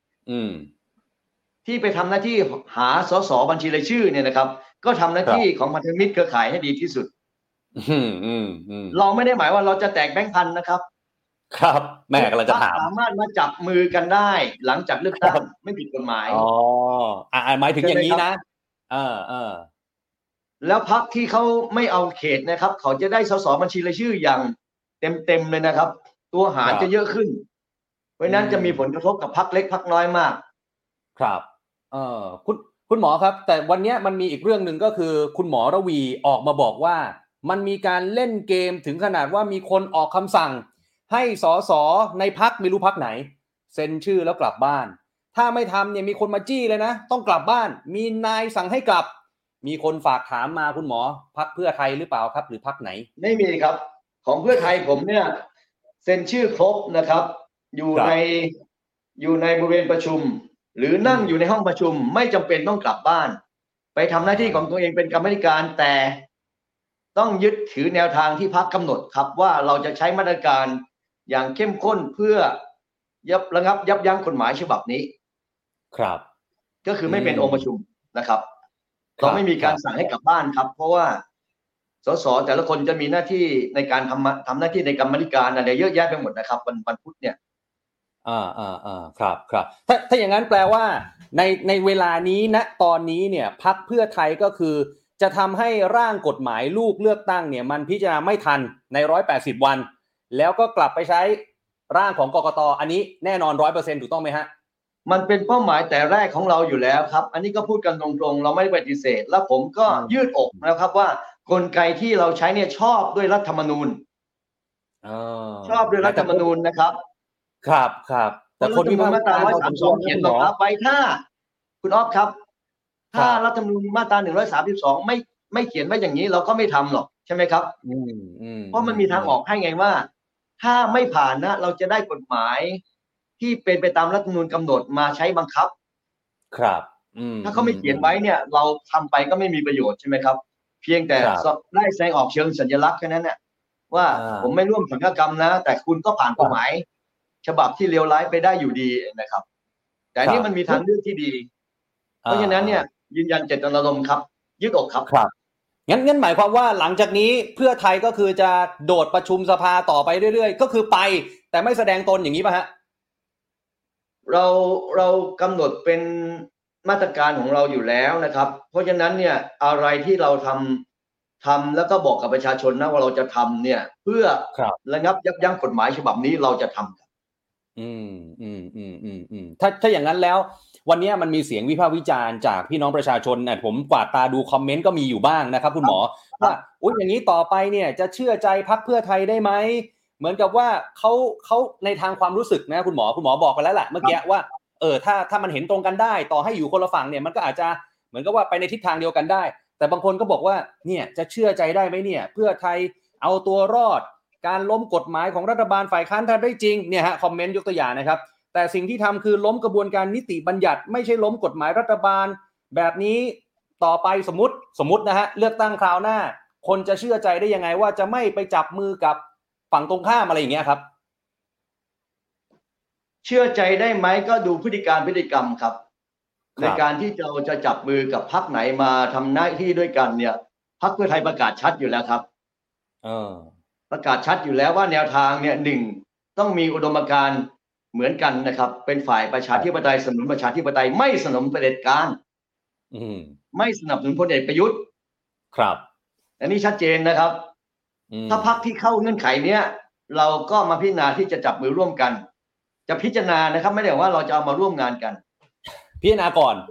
Speaker 3: ที่ไปทำหน้าที่หาสสบัญชีรายชื่อเนี่ยนะครับก็ทำหน้าที่ของพันธมิตรเครือข่ายให้ดีที่สุดเราไม่ได้หมายว่าเราจะแตกแบงค์พันนะครับ
Speaker 2: ครับแม่ก็เราจะถาม
Speaker 3: สามารถมาจับมือกันได้หลังจากเลือกตั้งไม่ผิดกฎหมาย
Speaker 2: หมายถึงอย่างนี้นะ
Speaker 3: แล้วพรรคที่เขาไม่เอาเขตนะครับเขาจะได้สสบัญชีรายชื่ออย่างเต็มเลยนะครับตัวหารจะเยอะขึ้นเพราะนั้นจะมีผลกระทบกับพรรคเล็กพรรคน้อยมาก
Speaker 2: ครับคุณหมอครับแต่วันนี้มันมีอีกเรื่องหนึ่งก็คือคุณหมอระวีออกมาบอกว่ามันมีการเล่นเกมถึงขนาดว่ามีคนออกคำสั่งให้สสในพรรคไม่รู้พรรคไหนเซ็นชื่อแล้วกลับบ้านถ้าไม่ทำเนี่ยมีคนมาจี้เลยนะต้องกลับบ้านมีนายสั่งให้กลับมีคนฝากถามมาคุณหมอพรรคเพื่อไทยหรือเปล่าครับหรือพรรคไหน
Speaker 3: ไม่มีครับของเพื่อไทยผมเนี่ยเซ็นชื่อครบนะครับอยู่ในบริเวณประชุมหรือนั่งอยู่ในห้องประชุมไม่จำเป็นต้องกลับบ้านไปทำหน้าที่ของตัวเองเป็นกรรมาธิการแต่ต้องยึดถือแนวทางที่พรรคกำหนดครับว่าเราจะใช้มาตรการอย่างเข้มข้นเพื่อระงับยับยั้งกฎหมายฉบับนี้
Speaker 2: ครับ
Speaker 3: ก็คือไม่เป็นองค์ประชุมนะครับเราไม่มีการสั่งให้กลับบ้านครับเพราะว่าสสแต่ละคนจะมีหน้าที่ในการทำหน้าที่ในกรรมาธิการอะไรเยอะแยะไปหมดนะครับวันพุธเนี่ย
Speaker 2: ครับถ้าอย่างนั้นแปลว่าในเวลานี้ณตอนนี้เนี่ยพรรคเพื่อไทยก็คือจะทำให้ร่างกฎหมายลูกเลือกตั้งเนี่ยมันพิจารณาไม่ทันใน180วันแล้วก็กลับไปใช้ร่างของกกต.อันนี้แน่นอน 100% ถูกต้องไหมฮะ
Speaker 3: มันเป็นเป้าหมายแต่แรกของเราอยู่แล้วครับอันนี้ก็พูดกันตรงๆเราไม่ได้ปฏิเสธแล้วผมก็ยืดอกนะครับว่ากลไกที่เราใช้เนี่ยชอบด้วยรัฐธรรมนูญชอบด้วยรัฐธรรมนูญนะครับ
Speaker 2: ครับ
Speaker 3: แต่คนที่มาตรา132เขียนบอกว่าไปถ้าคุณอ๊อฟครับถ้ารัฐธรรมนูญมาตรา132ไม่เขียนไว้อย่างนี้เราก็ไม่ทำหรอกใช่ไหมครับเพราะมันมีทางออกให้ไงว่าถ้าไม่ผ่านนะเราจะได้กฎหมายที่เป็นไปตามรัฐธรรมนูญกำหนดมาใช้บังคับ
Speaker 2: ครับ
Speaker 3: ถ้าเขาไม่เขียนไว้เนี่ยเราทำไปก็ไม่มีประโยชน์ใช่ไหมครับเพียงแต่ได้แสดงออกเชิงสัญลักษณ์แค่นั้นเนี่ยว่าผมไม่ร่วมสังฆกรรมนะแต่คุณก็ผ่านกฎหมายฉบับที่เลวร้ายไปได้อยู่ดีนะครับแต่นี่มันมีทางเลือกที่ดีเพราะฉะนั้นเนี่ยยืนยันเจตนารมณ์ครับยืดอกครับ
Speaker 2: งั้นหมายความว่าหลังจากนี้เพื่อไทยก็คือจะโดดประชุมสภาต่อไปเรื่อยๆก็คือไปแต่ไม่แสดงตนอย่างนี้ป่ะฮะ
Speaker 3: เรากำหนดเป็นมาตรการของเราอยู่แล้วนะครับเพราะฉะนั้นเนี่ยอะไรที่เราทำแล้วก็บอกกับประชาชนนะว่าเราจะทำเนี่ยเพื่อระงับยับยั้งกฎหมายฉบับนี้เราจะทำ
Speaker 2: ถ้าอย่างนั้นแล้ววันนี้มันมีเสียงวิพากษ์วิจารณ์จากพี่น้องประชาชนผมกวาดตาดูคอมเมนต์ก็มีอยู่บ้างนะครับคุณหมอว่าอย่างนี้ต่อไปเนี่ยจะเชื่อใจพรรคเพื่อไทยได้ไหมเหมือนกับว่าเขาในทางความรู้สึกนะคุณหมอบอกไปแล้วแหละเมื่อกี้ว่าถ้ามันเห็นตรงกันได้ต่อให้อยู่คนละฝั่งเนี่ยมันก็อาจจะเหมือนกับว่าไปในทิศทางเดียวกันได้แต่บางคนก็บอกว่าเนี่ยจะเชื่อใจได้ไหมเนี่ยเพื่อไทยเอาตัวรอดการล้มกฎหมายของรัฐบาลฝ่ายค้านทำได้จริงเนี่ยฮะคอมเมนต์ยกตัวอย่างนะครับแต่สิ่งที่ทำคือล้มกระบวนการนิติบัญญัติไม่ใช่ล้มกฎหมายรัฐบาลแบบนี้ต่อไปสมมตินะฮะเลือกตั้งคราวหน้าคนจะเชื่อใจได้ยังไงว่าจะไม่ไปจับมือกับฝั่งตรงข้ามอะไรอย่างเงี้ยครับ
Speaker 3: เชื่อใจได้ไหมก็ดูพฤติกรรมครับในการที่เราจะจับมือกับพรรคไหนมาทำหน้าที่ด้วยกันเนี่ยพรรคเพื่อไทยประกาศชัดอยู่แล้วครับประกาศชัดอยู่แล้วว่าแนวทางเนี่ย1ต้องมีอุดมการณ์เหมือนกันนะครับเป็นฝ่ายประชาธิปไตยสนับสนุนประชาธิปไตยไม่สนับสนุนเผด็จการไม่สนับสนุนพลเอกประยุทธ์
Speaker 2: ครับ
Speaker 3: อันนี้ชัดเจนนะครับถ้าพรรคที่เข้าเงื่อนไขเนี้ยเราก็มาพิจารณาที่จะจับมือร่วมกันจะพิจารณานะครับไม่ได้ว่าเราจะเอามาร่วมงานกัน
Speaker 2: พิจารณาก่อน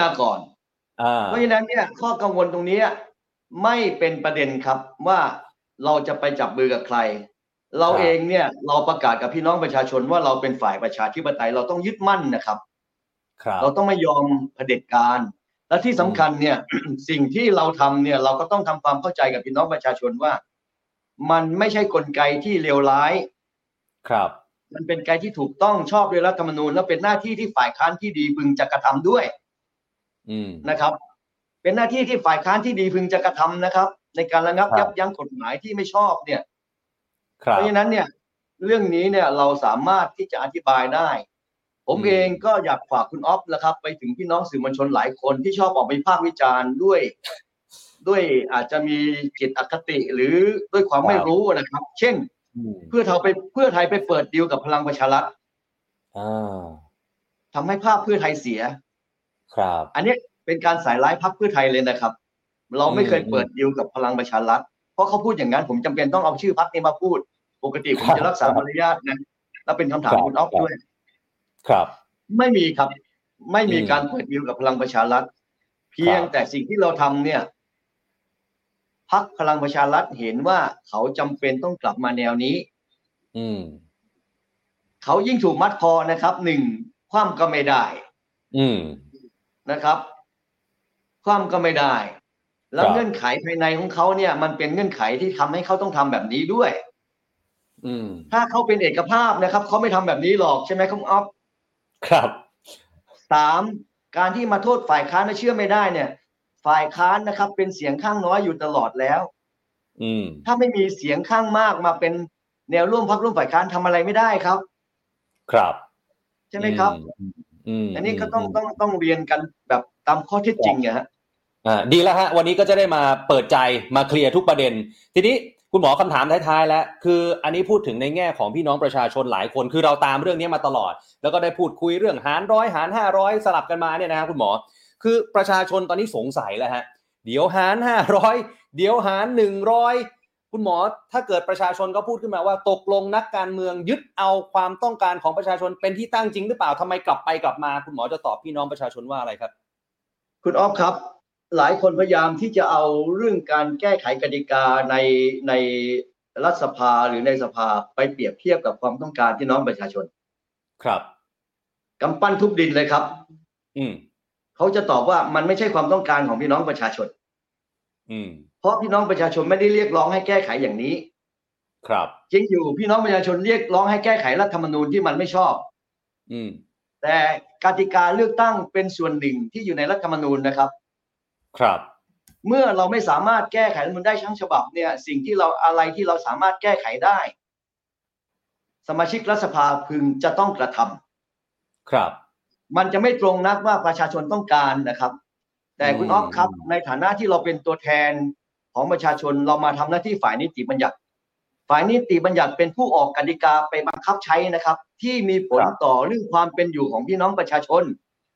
Speaker 3: เพราะฉะนั้นเนี่ยข้อกังวลตรงนี้ไม่เป็นประเด็นครับว่าเราจะไปจับมือกับใครเราเองเนี่ยเราประกาศกับพี่น้องประชาชนว่าเราเป็นฝ่ายประชาธิปไตยเราต้องยึดมั่นนะครับเราต้องไม่ยอมเผด็จการและที่สำคัญเนี่ย สิ่งที่เราทำเนี่ยเราก็ต้องทำความเข้าใจกับพี่น้องประชาชนว่ามันไม่ใช่กลไกที่เลวร้าย
Speaker 2: ครับ
Speaker 3: มันเป็นกลไกที่ถูกต้องชอบด้วยรัฐธรรมนูญและเป็นหน้าที่ที่ฝ่ายค้านที่ดีพึงจะกระทำด้วยนะครับเป็นหน้าที่ที่ฝ่ายค้านที่ดีพึงจะกระทำนะครับในการระงับยับยั้งกฎหมายที่ไม่ชอบเนี่ยเพราะฉะนั้นเนี่ยเรื่องนี้เนี่ยเราสามารถที่จะอธิบายได้ผมเองก็อยากฝากคุณอ๊อฟนะครับไปถึงพี่น้องสื่อมวลชนหลายคนที่ชอบออกไปวิพากษ์วิจารณ์ด้วยอาจจะมีจิตอคติหรือด้วยความไม่รู้นะครับเช่นเพื่อไทยไปเปิดดีลกับพลังประชารัฐทำให้ภาพเพื่อไทยเสีย
Speaker 2: ครับ
Speaker 3: อันนี้เป็นการใส่ร้ายพรรคเพื่อไทยเลยนะครับเราไม่เคยเปิดดีลกับพลังประชารัฐเพราะเขาพูดอย่างนั้นผมจำเป็นต้องเอาชื่อพรรคนี้มาพูดปกติผมจะรักษามารยาทนะแล้วเป็นคำถามคุณอ๊อฟด้วย
Speaker 2: ครับ
Speaker 3: ไม่มีครับไม่มีการเปิดดีลกับพลังประชารัฐเพียงแต่สิ่งที่เราทำเนี่ยพรรคพลังประชารัฐเห็นว่าเขาจำเป็นต้องกลับมาแนวนี้เขายิ่งถูกมัดคอนะครับหนึ่งคว่ำก็ไม่ได้นะครับคว่ำก็ไม่ได้แล้วเงื่อนไขภายในของเขาเนี่ยมันเป็นเงื่อนไขที่ทำให้เขาต้องทำแบบนี้ด้วยถ้าเขาเป็นเอกภาพนะครับเขาไม่ทำแบบนี้หรอกใช่ไหมคุณอ๊อฟ
Speaker 2: ครับ
Speaker 3: 3การที่มาโทษฝ่ายค้านเชื่อไม่ได้เนี่ยฝ่ายค้านนะครับเป็นเสียงข้างน้อยอยู่ตลอดแล้วถ้าไม่มีเสียงข้างมากมาเป็นแนวร่วมพรรคร่วมฝ่ายค้านทำอะไรไม่ได้ครับ
Speaker 2: ครับ
Speaker 3: ใช่ไหมครับอันนี้ก็ต้องเรียนกันแบบตามข้อเท็จจริงนะฮะ
Speaker 2: ดีแล้วฮะวันนี้ก็จะได้มาเปิดใจมาเคลียร์ทุกประเด็นทีนี้คุณหมอคำถามท้ายๆแล้วคืออันนี้พูดถึงในแง่ของพี่น้องประชาชนหลายคนคือเราตามเรื่องนี้มาตลอดแล้วก็ได้พูดคุยเรื่องหาร100หาร500สลับกันมาเนี่ยนะฮะคุณหมอคือประชาชนตอนนี้สงสัยแล้วฮะเดี๋ยวหาร500เดี๋ยวหาร100คุณหมอถ้าเกิดประชาชนก็พูดขึ้นมาว่าตกลงนักการเมืองยึดเอาความต้องการของประชาชนเป็นที่ตั้งจริงหรือเปล่าทำไมกลับไปกลับมาคุณหมอจะตอบพี่น้องประชาชนว่าอะไรครับ
Speaker 3: คุณอ๊อฟครับหลายคนพยายามที่จะเอาเรื่องการแก้ไขกติกาในรัฐสภาหรือในสภาไปเปรียบเทียบกับความต้องการพี่น้องประชาชน
Speaker 2: ครับ
Speaker 3: กำปั้นทุบดินเลยครับเขาจะตอบว่ามันไม่ใช่ความต้องการของพี่น้องประชาชนเพราะพี่น้องประชาชนไม่ได้เรียกร้องให้แก้ไขอย่างนี้
Speaker 2: ครับ
Speaker 3: จริงอยู่พี่น้องประชาชนเรียกร้องให้แก้ไขรัฐธรรมนูญที่มันไม่ชอบแต่กติกาเลือกตั้งเป็นส่วนหนึ่งที่อยู่ในรัฐธรรมนูญนะครับ
Speaker 2: ครับ
Speaker 3: เมื่อเราไม่สามารถแก้ไขรัฐธรรมนูญได้ทั้งฉบับเนี่ยสิ่งที่เราอะไรที่เราสามารถแก้ไขได้สมาชิกรัฐสภาพึงจะต้องกระท
Speaker 2: ำครับ
Speaker 3: มันจะไม่ตรงนักว่าประชาชนต้องการนะครับแต่คุณอ๊อฟครับในฐานะที่เราเป็นตัวแทนของประชาชนเรามาทำหน้าที่ฝ่ายนิติบัญญัติฝ่ายนิติบัญญัติเป็นผู้ออกกติกาไปบังคับใช้นะครับที่มีผลต่อเรื่องความเป็นอยู่ของพี่น้องประชาชน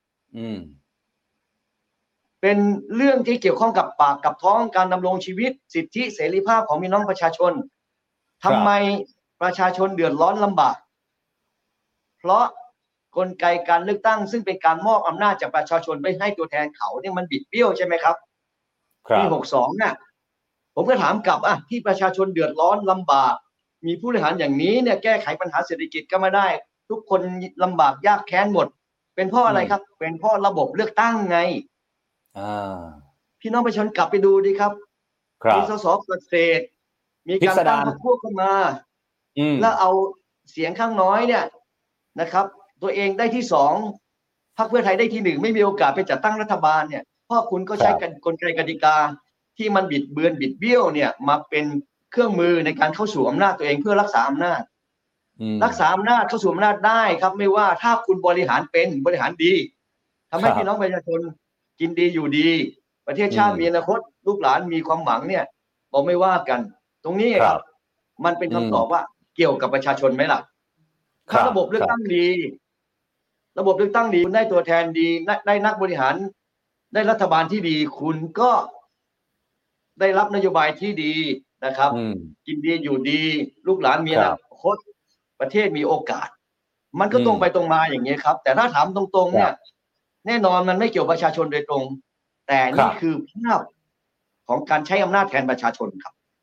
Speaker 3: เป็นเรื่องที่เกี่ยวข้องกับปากกับท้องการดำรงชีวิตสิทธิเสรีภาพของพี่น้องประชาชนทำไมประชาชนเดือดร้อนลำบากเพราะกลไกการเลือกตั้งซึ่งเป็นการมอบอำนาจจากประชาชนไปให้ตัวแทนเขาเนี่ยมันบิดเบี้ยวใช่ไหมครับปี62น่ะผมก็ถามกลับที่ประชาชนเดือดร้อนลำบากมีผู้บริหารอย่างนี้เนี่ยแก้ไขปัญหาเศรษฐกิจก็ไม่ได้ทุกคนลำบากยากแค้นหมดเป็นเพราะอะไรครับเป็นเพราะระบบเลือกตั้งไงพี่น้องประชาชนกลับไปดูดีครับมีสสเกษตรมีการตั้งพรรคพวกเข้ามาแล้วเอาเสียงข้างน้อยเนี่ยนะครับตัวเองได้ที่2พรรคเพื่อไทยได้ที่1ไม่มีโอกาสไปจัดตั้งรัฐบาลเนี่ยเพราะคุณก็ใช้กลไกกติกาที่มันบิดเบือนบิดเบี้ยวเนี่ยมาเป็นเครื่องมือในการเข้าสู่อำนาจตัวเองเพื่อรักษาอำนาจรักษาอำนาจเข้าสู่อำนาจได้ครับไม่ว่าถ้าคุณบริหารเป็นบริหารดีทำให้พี่น้องประชาชนกินดีอยู่ดีประเทศชาติมีอนาคตลูกหลานมีความหวังเนี่ยบอกไม่ว่ากันตรงนี้ครับมันเป็นคำตอบว่าเกี่ยวกับประชาชนไหมล่ะถ้าระบบเลือกตั้งดีระบบเลือกตั้งดีคุณได้ตัวแทนดีได้นักบริหารได้รัฐบาลที่ดีคุณก็ได้รับนโยบายที่ดีนะครับกินดีอยู่ดีลูกหลานมีอนาคตประเทศมีโอกาสมันก็ตรงไปตรงมาอย่างนี้ครับแต่ถ้าถามตรงๆเนี่ยแน่นอนมันไม่เกี่ยวประชาชนโดยตรงแต่นี่คือภาพของการใช้อำนาจแทนประชาชนครับ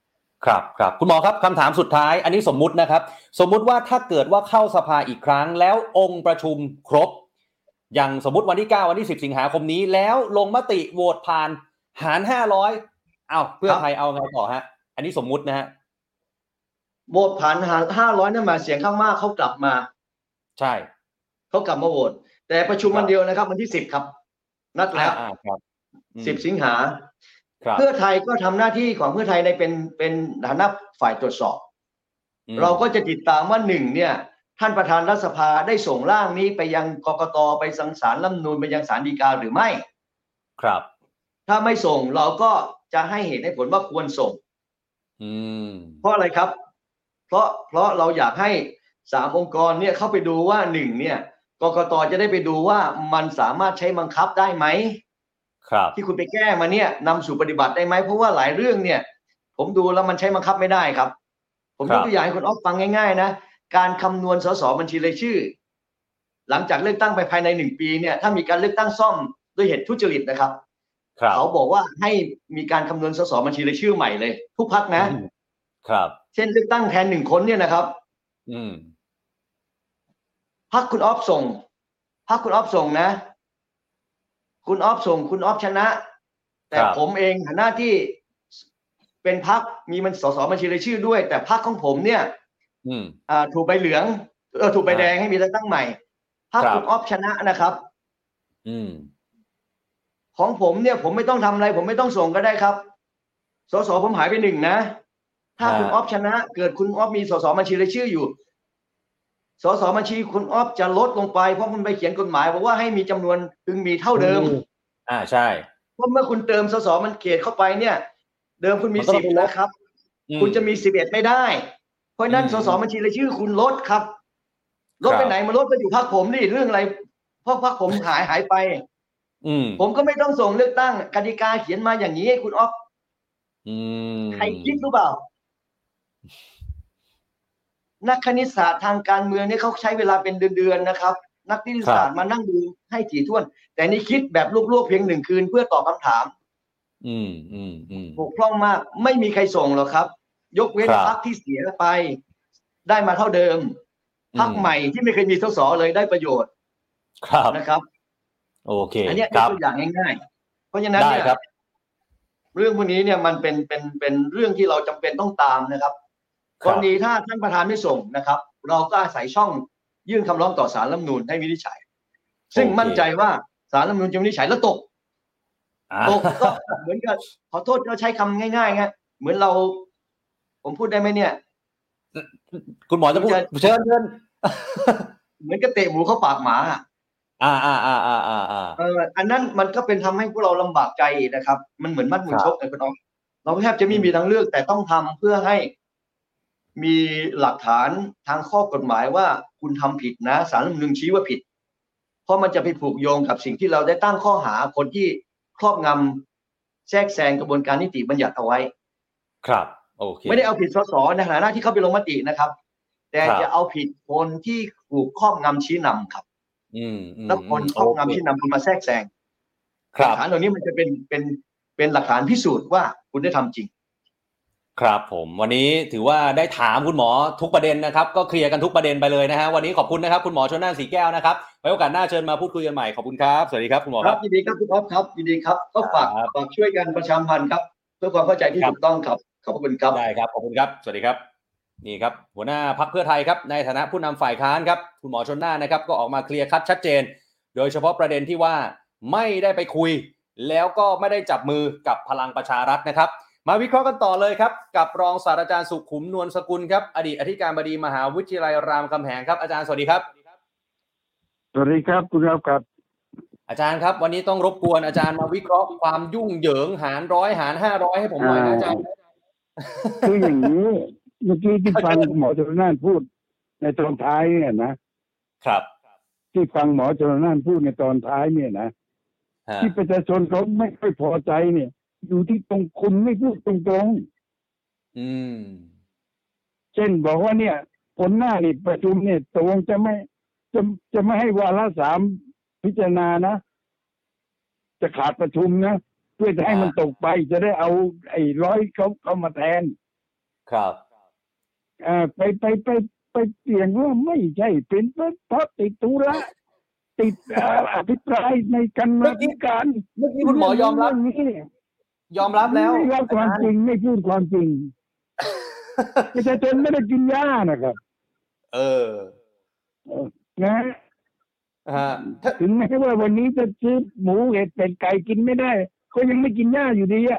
Speaker 2: ครับครับคุณหมอครับคำถามสุดท้ายอันนี้สมมุตินะครับสมมุติว่าถ้าเกิดว่าเข้าสภาอีกครั้งแล้วองค์ประชุมครบอย่างสมมุติวันที่9วันที่10สิงหาคมนี้แล้วลงมติโหวตผ่านหาร500เพื่อไทยเอาไงต่อฮะอันนี้สมมุตินะฮะ
Speaker 3: โหวตผ่านหาร500นั่นหมายเสียงข้างมากเขากลับมา
Speaker 2: ใช่
Speaker 3: เขากลับมาโหวตแต่ประชุมวันเดียวนะครับวันที่10ครับนัดแล้ว
Speaker 2: ครับ
Speaker 3: 10 สิงหาเพื่อไทยก็ทำหน้าที่ของเพื่อไทยในเป็นฐานะฝ่ายตรวจสอบเราก็จะติดตามว่า1เนี่ยท่านประธานรัฐสภาได้ส่งร่างนี้ไปยังกกตไปยังศาลรัฐธรรมนูญไปยังศาลฎีกาหรือไม่
Speaker 2: ครับ
Speaker 3: ถ้าไม่ส่งเราก็จะให้เหตุให้ผลว่าควรส่งเพราะอะไรครับเพราะเราอยากให้3องค์กรเนี่ยเข้าไปดูว่า1เนี่ยกกตจะได้ไปดูว่ามันสามารถใช้บังคับได้ไหมที่คุณไปแก้มาเนี่ยนำสู่ปฏิบัติได้ไหมเพราะว่าหลายเรื่องเนี่ยผมดูแล้วมันใช้บังคับไม่ได้ครับผมยกตัวอย่างให้คุณอ๊อฟฟังง่ายๆนะการคำนวณสสบัญชีรายชื่อหลังจากเลือกตั้งไปภายใน1 ปีเนี่ยถ้ามีการเลือกตั้งซ่อมด้วยเหตุทุจริตนะครับเขาบอกว่าให้มีการคำนวณสสบัญชีรายชื่อใหม่เลยทุกพรรคนะครับเช่นเลือกตั้งแทน1 คนเนี่ยนะครับพรรคคุณอ๊อฟส่งนะคุณอ๊อฟส่งคุณอ๊อฟชนะแต่ผมเองหน้าที่เป็นพรรคมีมันสสบัญชีรายชื่อด้วยแต่พรรคของผมเนี่ยถูกใบเหลืองถูกใบแดงให้มีเลือกตั้งใหม่พรรคคุณอ๊อฟชนะนะครับของผมเนี่ยผมไม่ต้องทำอะไรผมไม่ต้องส่งก็ได้ครับสสผมหายไป1นะถ้าคุณอ๊อฟชนะเกิดคุณอ๊อฟมีสสบัญชีรายชื่ออยู่สสบัญชีคุณอ๊อฟจะลดลงไปเพราะคุณไปเขียนกฎหมายบอกว่าให้มีจำนวนพึงมีเท่าเดิม
Speaker 2: ใช่
Speaker 3: เพราะเมื่อคุณเติมสสมันเขตเข้าไปเนี่ยเดิมคุณมี10นะครับคุณจะมี11ไม่ได้เพราะนั้นสสบัญชีรายชื่อคุณลดครับลดไปไหนมาลดไปอยู่พรรคผมนี่เรื่องอะไรเพราะพรรคผมหายไปผมก็ไม่ต้องส่งเลือกตั้งกติกาเขียนมาอย่างนี้คุณอ๊อฟใครคิดหรือเปล่านักคณิตศาสตร์ทางการเมืองเนี่ยเขาใช้เวลาเป็นเดือนๆนะครับนักนิติศาสตร์มานั่งดูให้ถี่ถ้วนแต่นี่คิดแบบรวบๆเพียง1 คืนเพื่อตอบคำถามบกพร่องมากไม่มีใครส่งหรอกครับยกเว้นพรรคที่เสียไปได้มาเท่าเดิมพรรคใหม่ที่ไม่เคยมีสสเลยได้ประโยชน์นะครับ
Speaker 2: โอเค
Speaker 3: อันนี้เป็นตัวอย่างง่ายๆเพราะฉะนั้นเนี่ยเรื่องพวกนี้เนี่ยมันเป็นเรื่องที่เราจำเป็นต้องตามนะครับกรณีถ้าท่านประธานไม่ส่งนะครับเราก็อาศัยช่องยื่นคำร้องต่อศาลรัฐธรรมนูญให้วินิจฉัยซึ่งมั่นใจว่าศาลรัฐธรรมนูญจะวินิจฉัยแล้วตกก็เหมือนกับขอโทษเราใช้คำง่ายๆฮะเหมือนเราผมพูดได้ไหมเนี่ย
Speaker 2: คุณหมอจะพูดเชิญ
Speaker 3: เหมือนกับเตะหมูเข้าปากหมาอันนั้นมันก็เป็นทำให้พวกเราลำบากใจนะครับมันเหมือนมัดมือชกในคุณน้องเราแทบจะไม่มีทางเลือกแต่ต้องทำเพื่อให้มีหลักฐานทางข้อกฎหมายว่าคุณทำผิดนะศาลรัฐธรรมนูญชี้ว่าผิดเพราะมันจะไปผูกโยงกับสิ่งที่เราได้ตั้งข้อหาคนที่ครอบงำแทรกแซงกระบวนการนิติบัญญัติเอาไว้
Speaker 2: ครับโอเค
Speaker 3: ไม่ได้เอาผิดสสในฐานะที่เขาไปลงมตินะครับแต่จะเอาผิดคนที่ถูกครอบงำชี้นำครับแล้วคนครอบงำชี้นำคุณมาแทรกแซงหลักฐานเหล่านี้มันจะเป็นหลักฐานพิสูจน์ว่าคุณได้ทำจริง
Speaker 2: ครับผมวันนี้ถือว่าได้ถามคุณหมอทุกประเด็นนะครับก็เคลียร์กันทุกประเด็นไปเลยนะฮะวันนี้ขอบคุณนะครับคุณหมอชลน่านสีแก้วนะครับไว้โอกาสหน้าเชิญมาพูดคุยกันใหม่ขอบคุณครับสวัสดีครับคุณหมอ
Speaker 3: ครับยินดีครับคุณอ๊อฟครับยินดีครับก็ฝากช่วยกันประชาสัมพันธ์ครับเพื่อความเข้าใจที่ถูกต้องครับขอบคุณครับ
Speaker 2: ได้ครับขอบคุณครับสวัสดีครับนี่ครับหัวหน้าพรรคเพื่อไทยครับในฐานะผู้นำฝ่ายค้านครับคุณหมอชลน่านนะครับก็ออกมาเคลียร์ชัดเจนโดยเฉพาะประเด็นที่ว่าไม่ได้ไปคุยแล้วก็ไม่ได้จับมือกับพลังประชารัฐนะครับมาวิเคราะห์กันต่อเลยครับกับรองศาสตราจารย์สุขุมนวลสกุลครับอดีตอธิการบดีมหาวิทยาลัยรามคำแหงครับอาจารย์สวัสดีครับ
Speaker 4: สวัสดีครับคุณครับ
Speaker 2: อาจารย์ครับวันนี้ต้องรบกวนอาจารย์มาวิเคราะห์ความยุ่งเหยิงหาร100หาร500ให้ผมหน่อยนะอาจารย์
Speaker 4: คืออย่างนี้เมื่อกี้ที่ฟังหมอชลน่านพูดในตอนท้ายเนี่ยนะครับที่ฟังหมอชลน่านพูดในตอนท้ายเนี่ยนะที่ประชาชนเขาไม่ค่อยพอใจเนี่ยอยู่ที่ตรงคุณไม่พูดตรงๆเช่นบอกว่าเนี่ยผลหน้านี่ประชุมเนี่ยตกลงจะไม่ให้วาระ3พิจารณานะจะขาดประชุมนะเพื่อจะให้มันตกไปจะได้เอาไอ้100เขามาแทน
Speaker 2: ครับ
Speaker 4: ไปเปลี่ยนว่าไม่ใช่เป็นเพราะติดธุระติดอภิปรายในการเมื่อกี้
Speaker 2: คุณหมอยอมรับแล้ว
Speaker 4: ไม่รับความจริงไม่พูดความจริงประชาชนไม่ได้กินหญ้านะครับนะถึงแม้ว่าวันนี้จะซื้อหมูเห็ดเป็ดไก่กินไม่ได้ก็ยังไม่กินหญ้าอยู่ดีอ่ะ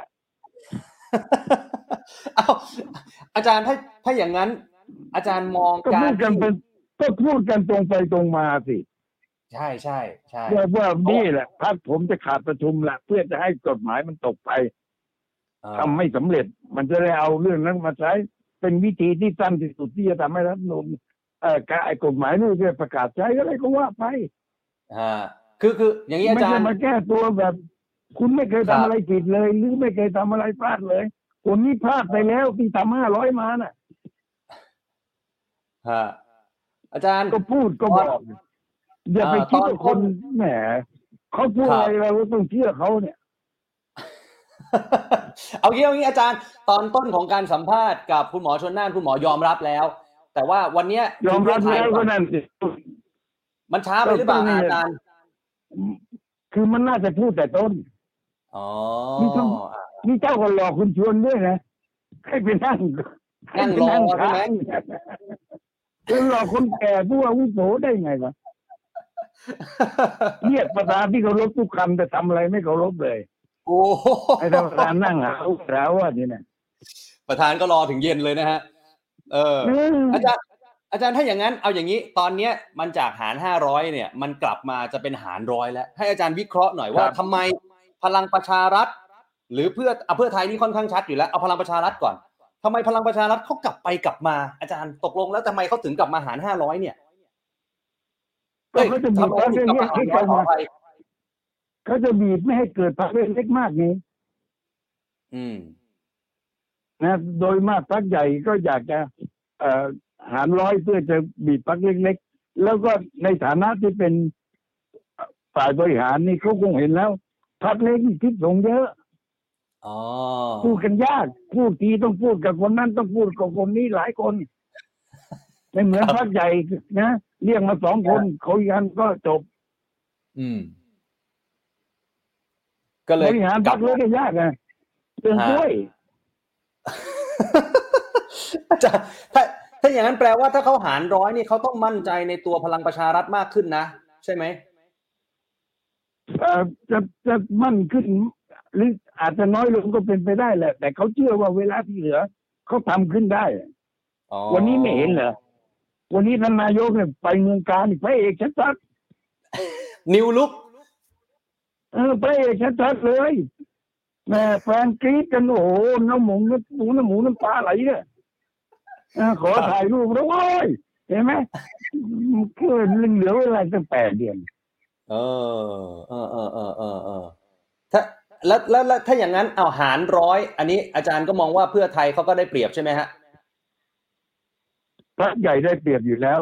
Speaker 2: อาจารย์ถ้าอย่างนั้นอาจารย์มอง
Speaker 4: การพูดกันตรงไปตรงมาสิ
Speaker 2: ใช่ใช่ใช่
Speaker 4: ว่านี่แหละพรรคผมจะขาดประชุมละเพื่อจะให้กฎหมายมันตกไปทำไม่สำเร็จมันจะได้เอาเรื่องนั้นมาใช้เป็นวิธีที่สั้นที่สุดที่จะทำให้รัฐธรรมนูญกฎหมายนู่นจะประกาศใช้อะไรก็ว่าไป
Speaker 2: คืออย่างนี้อาจารย์
Speaker 4: ไม่จะมาแก้ตัวแบบคุณไม่เคยทำอะไรผิดเลยหรือไม่เคยทำอะไรพลาดเลยคนนี้พลาดไปแล้วที่ทำ500มาน่ะ
Speaker 2: อาจารย์
Speaker 4: ก็พูดก็บอกอย่าไปคิดว่าคนแหมเขาพูดอะไรเราต้องเชื่อเขาเนี่ย
Speaker 2: เอางี้อาจารย์ตอนต้นของการสัมภาษณ์กับคุณหมอชลน่านคุณหมอยอมรับแล้วแต่ว่าวันนี้
Speaker 4: ยอมรับแล้วก็นั่นสิ
Speaker 2: มันช้าไปหรือเปล่าอาจารย์
Speaker 4: คือมันน่าจะพูดแต่ต้นนี่เจ้าก็หลอกคุณชวนด้วยนะให้ไปนั่ง
Speaker 2: รอใช่ไหม
Speaker 4: คุณหลอกคนแก่ผู้อาวุโสได้ไงวะเรียกประธานที่เคารพทุกคำแต่ทำอะไรไม่เคารพเลย
Speaker 2: โอ้
Speaker 4: ไอ้ประธานนั่งหาแล้วว่านี่นะ
Speaker 2: ประธานก็รอถึงเย็นเลยนะฮะอาจารย์ถ้าอย่างนั้นเอาอย่างนี้ตอนนี้มันจากหาร500เนี่ยมันกลับมาจะเป็นหาร100แล้วให้อาจารย์วิเคราะห์หน่อยว่าทำไมพลังประชารัฐหรือเพื่อไทยนี่ค่อนข้างชัดอยู่แล้วเอาพลังประชารัฐก่อนทำไมพลังประชารัฐเขากลับไปกลับมาอาจารย์ตกลงแล้วทำไมเขาถึงกลับมาหาร500เนี่ย
Speaker 4: เขาจะบีบพรรคเล็กให้เข้ามาเขาจะบีบไม่ให้เกิดพรรคเล็กมากนี้นะโดยมากพรรคใหญ่ก็อยากจะหาร100เพื่อจะบีบพรรคเล็กๆแล้วก็ในฐานะที่เป็นฝ่ายบริหารนี่เขาคงเห็นแล้วพรรคเล็กคิดส่งเยอะพูดกันยากพูดทีต้องพูดกับคนนั้นต้องพูดกับคนนี้หลายคนไม่เหมือนพรรคใหญ่นะเรียกมา2คนคุยกันก็จบ
Speaker 2: ก็เลย
Speaker 4: บริหารพรรคเล็กยากไงเป็นด้วย
Speaker 2: อาจารย์ถ้าอย่างนั้นแปลว่าถ้าเขาหาร100นี่เขาต้องมั่นใจในตัวพลังประชารัฐมากขึ้นนะใช่ไหม
Speaker 4: จะมั่นขึ้นหรืออาจจะน้อยลงก็เป็นไปได้แหละแต่เขาเชื่อว่าเวลาที่เหลือเขาทำขึ้นได้วันนี้ไม่เห็นเหรอวันนี้ท่านนายกเนี่ยไปเมืองการพระเอกชัด
Speaker 2: ๆนิวลุก
Speaker 4: พระเอกชัดๆเลยแม่แฟนกรี๊ดกันโอ้โหน้ำหมูน้ำปลาไหลเนี่ยขอถ่ายรูปแล้วโอ้ยเห็นไหมคือเหลือเวลาตั้ง8 เดือน
Speaker 2: ถ้าแล้วถ้าอย่างนั้นเอาหาร100อันนี้อาจารย์ก็มองว่าเพื่อไทยเขาก็ได้เปรียบใช่ไหมฮะ
Speaker 4: พรรคใหญ่ได้เปรียบอยู่แล้ว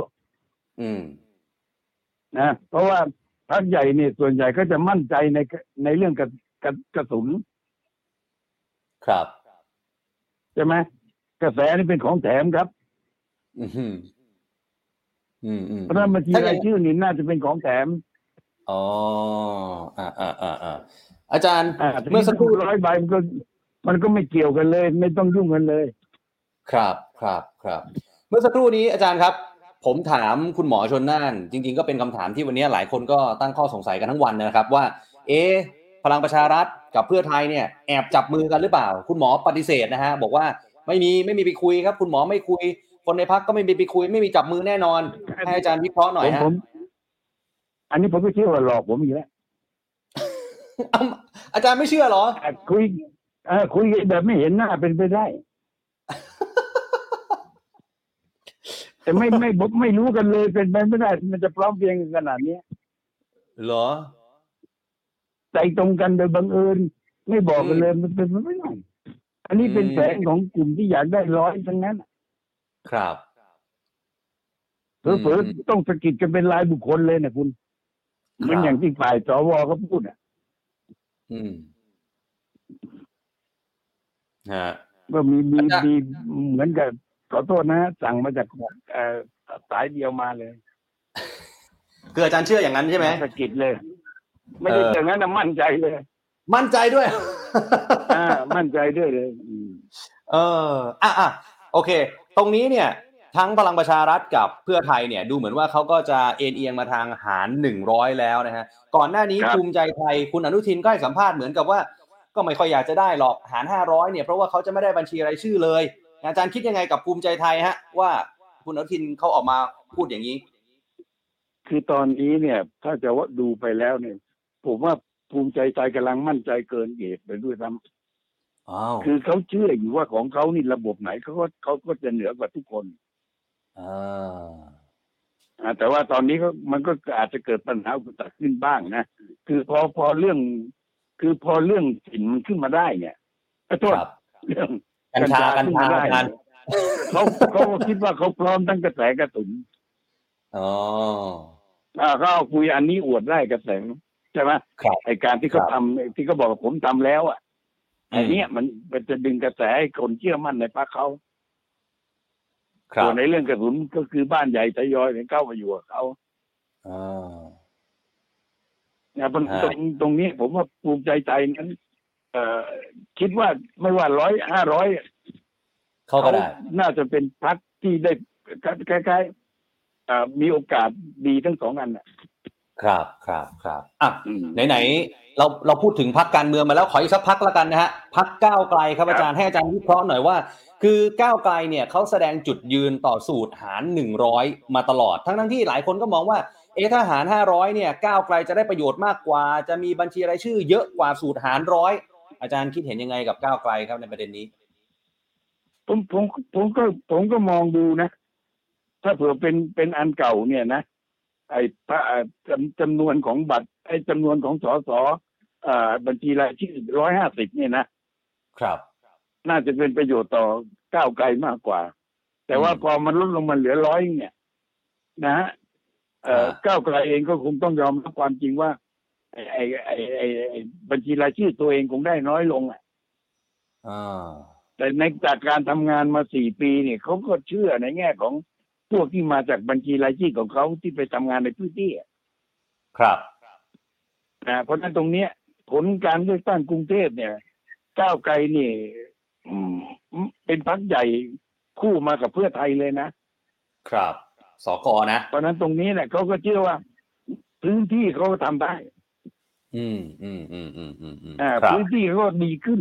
Speaker 4: นะเพราะว่าพรรคใหญ่เนี่ยส่วนใหญ่ก็จะมั่นใจในเรื่องกระสุน
Speaker 2: ครับ
Speaker 4: ใช่ไหมกระแสนี่เป็นของแถมครับเพราะฉะนั้นบัญชีรายชื่อนี่น่าจะเป็นของแถม
Speaker 2: อาจารย์เมื่อสักครู่
Speaker 4: 100 ใบมันก็ไม่เกี่ยวกันเลยไม่ต้องยุ่งกันเลย
Speaker 2: ครับเมื่อสักครู่นี้อาจารย์ครับผมถามคุณหมอชลน่านจริงๆก็เป็นคำถามที่วันนี้หลายคนก็ตั้งข้อสงสัยกันทั้งวันนะครับว่าพลังประชารัฐกับเพื่อไทยเนี่ยแอบจับมือกันหรือเปล่าคุณหมอปฏิเสธนะฮะบอกว่าไม่มีไปคุยครับคุณหมอไม่คุยคนในพรรคก็ไม่มีไปคุยไม่มีจับมือแน่นอนให้อาจารย์วิเคราะห์หน่อยฮะ
Speaker 4: อันนี้ผมไม่เชื่อว่าหลอกผมอีกแล้ว
Speaker 2: อาจารย์ไม่เชื่อหรอ
Speaker 4: คุยแบบไม่เห็นหน้าเป็นไปได้แต่ไม่รู้กันเลยเป็นไปไม่ได้มันจะพร้อมเพรียงกันขนาดนี้
Speaker 2: เหรอ
Speaker 4: ใจตรงกันโดยบังเอิญไม่บอกกันเลยมันเป็นไม่ได้อันนี้เป็นแผนของกลุ่มที่อยากได้100ทั้งนั้น
Speaker 2: ครับ
Speaker 4: เผลอๆต้องสะกิดกันเป็นรายบุคคลเลยนะคุณเหมือนอย่างที่ฝ่ายสวเขาพูดก็มีเหมือนกับขอโทษนะสั่งมาจากสายเดียวมาเลย
Speaker 2: คืออาจารย์เชื่ออย่างนั้นใช่ไหม
Speaker 4: สกิดเลยไม่ได้อย่างนั้นนะมั่นใจเลย
Speaker 2: มั่นใจด้วย
Speaker 4: มั่นใจด้วยเลย
Speaker 2: โอเคตรงนี้เนี่ยทั้งพลังประชารัฐกับเพื่อไทยเนี่ยดูเหมือนว่าเขาก็จะเอียงมาทางหาร100แล้วนะฮะก่อนหน้านี้ภูมิใจไทยคุณอนุทินก็ให้สัมภาษณ์เหมือนกับว่าก็ไม่ค่อยอยากจะได้หรอกหาร500เนี่ยเพราะว่าเขาจะไม่ได้บัญชีรายชื่อเลยอาจารย์คิดยังไงกับภูมิใจไทยฮะว่าคุณอนุทินเขาออกมาพูดอย่างนี้
Speaker 4: คือตอนนี้เนี่ยถ้าจะว่าดูไปแล้วเนี่ยผมว่าภูมิใจไทยกำลังมั่นใจเกินเหตุไปด้วยซ้ำคือเขาเชื่ออยู่ว่าของเขานี่ระบบไหนเขาก็จะเหนือกว่าทุกคนแต่ว่าตอนนี้มันก็อาจจะเกิดปัญหาอุปสรรคขึ้นบ้างนะคือพอเรื่องสินมันขึ้นมาได้เนี่ยโทษเรื่อง
Speaker 2: กัญชา
Speaker 4: เขาคิดว่าเขาพร้อมทั้งกระแสกระสุนเขาเอาคุยอันนี้อวดได้กระแสใช่ไหมไอการที่เขาทำที่เขาบอกผมทำแล้วอันนี้มันจะดึงกระแสให้คนเชื่อมั่นในพรรคเขาส่วนในเรื่องกระสุนก็คือบ้านใหญ่ทยอยเข้ามาอยู่กับเขาตรงนี้ผมว่าภูมิใจไทยนั้นคิดว่าไม่ว่า100-500
Speaker 2: เขาก็ได้
Speaker 4: น่าจะเป็นพรรคที่ได้คล้ายๆมีโอกาสดีทั้งสองอัน
Speaker 2: ครับไหนเราพูดถึงพรรคการเมืองมาแล้วขออีกสักพรรคละกันนะฮะพรรคก้าวไกลครับอาจารย์ให้อาจารย์วิเคราะห์หน่อยว่าคือก้าวไกลเนี่ยเขาแสดงจุดยืนต่อสูตรหาร100มาตลอดทั้งที่หลายคนก็มองว่าถ้าหาร500เนี่ยก้าวไกลจะได้ประโยชน์มากกว่าจะมีบัญชีรายชื่อเยอะกว่าสูตรหาร100อาจารย์คิดเห็นยังไงกับก้าวไกลครับในประเด็นนี้
Speaker 4: ผมก็มองดูนะถ้าเผื่อเป็นอันเก่าเนี่ยนะไอ้จำนวนของบัตรไอ้จำนวนของสสบัญชีรายชื่อ150เนี่ยนะครับน่าจะเป็นประโยชน์ต่อก้าวไกลมากกว่าแต่ว่าพอมันลดลงมาเหลือ100เนี่ยนะฮะก้าวไกลเองก็คงต้องยอมรับความจริงว่าไอ้บัญชีรายชื่อตัวเองคงได้น้อยลงแต่ในจากการทำงานมา4 ปีเนี่ยเขาก็เชื่อในแง่ของพวกที่มาจากบัญชีรายชื่อของเขาที่ไปทำงานในพื้นที่
Speaker 2: ครับ
Speaker 4: เพราะฉะนั้นตรงเนี้ยผลการเลือกตั้งกรุงเทพเนี่ยก้าวไกลนี่เป็นพรรคใหญ่คู่มากับเพื่อไทยเลย
Speaker 2: นะครับสกนะ
Speaker 4: เพราะนั้นตรงนี้เนี่ยเขาก็เชื่อว่าพื้นที่เขาทำได้พื้นที่เขาก็ดีขึ้น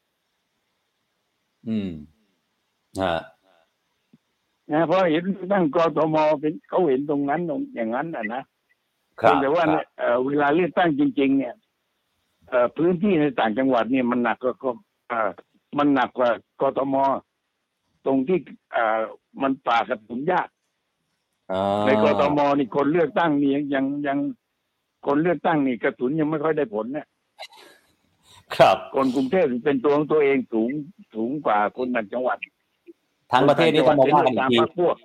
Speaker 4: เพราะเห็นตั้งกทมเป็นเขาเห็นตรงนั้นอย่างนั้นนะแต่ว่าเวลาเลือกตั้งจริงๆเนี่ยพื้นที่ในต่างจังหวัดเนี่ยมันหนักกว่ากทมตรงที่มันป่ากระสุนยากในกทมนี่คนเลือกตั้งนี่ยังคนเลือกตั้งนี่กระสุนยังไม่ค่อยได้ผลเนี่ย
Speaker 2: ครับ
Speaker 4: คนกรุงเทพเป็นตัวของตัวเองสูงกว่าคนต่างจังหวัด
Speaker 2: ทั้งประเทศนี่ต้องมาว่ากันอีกที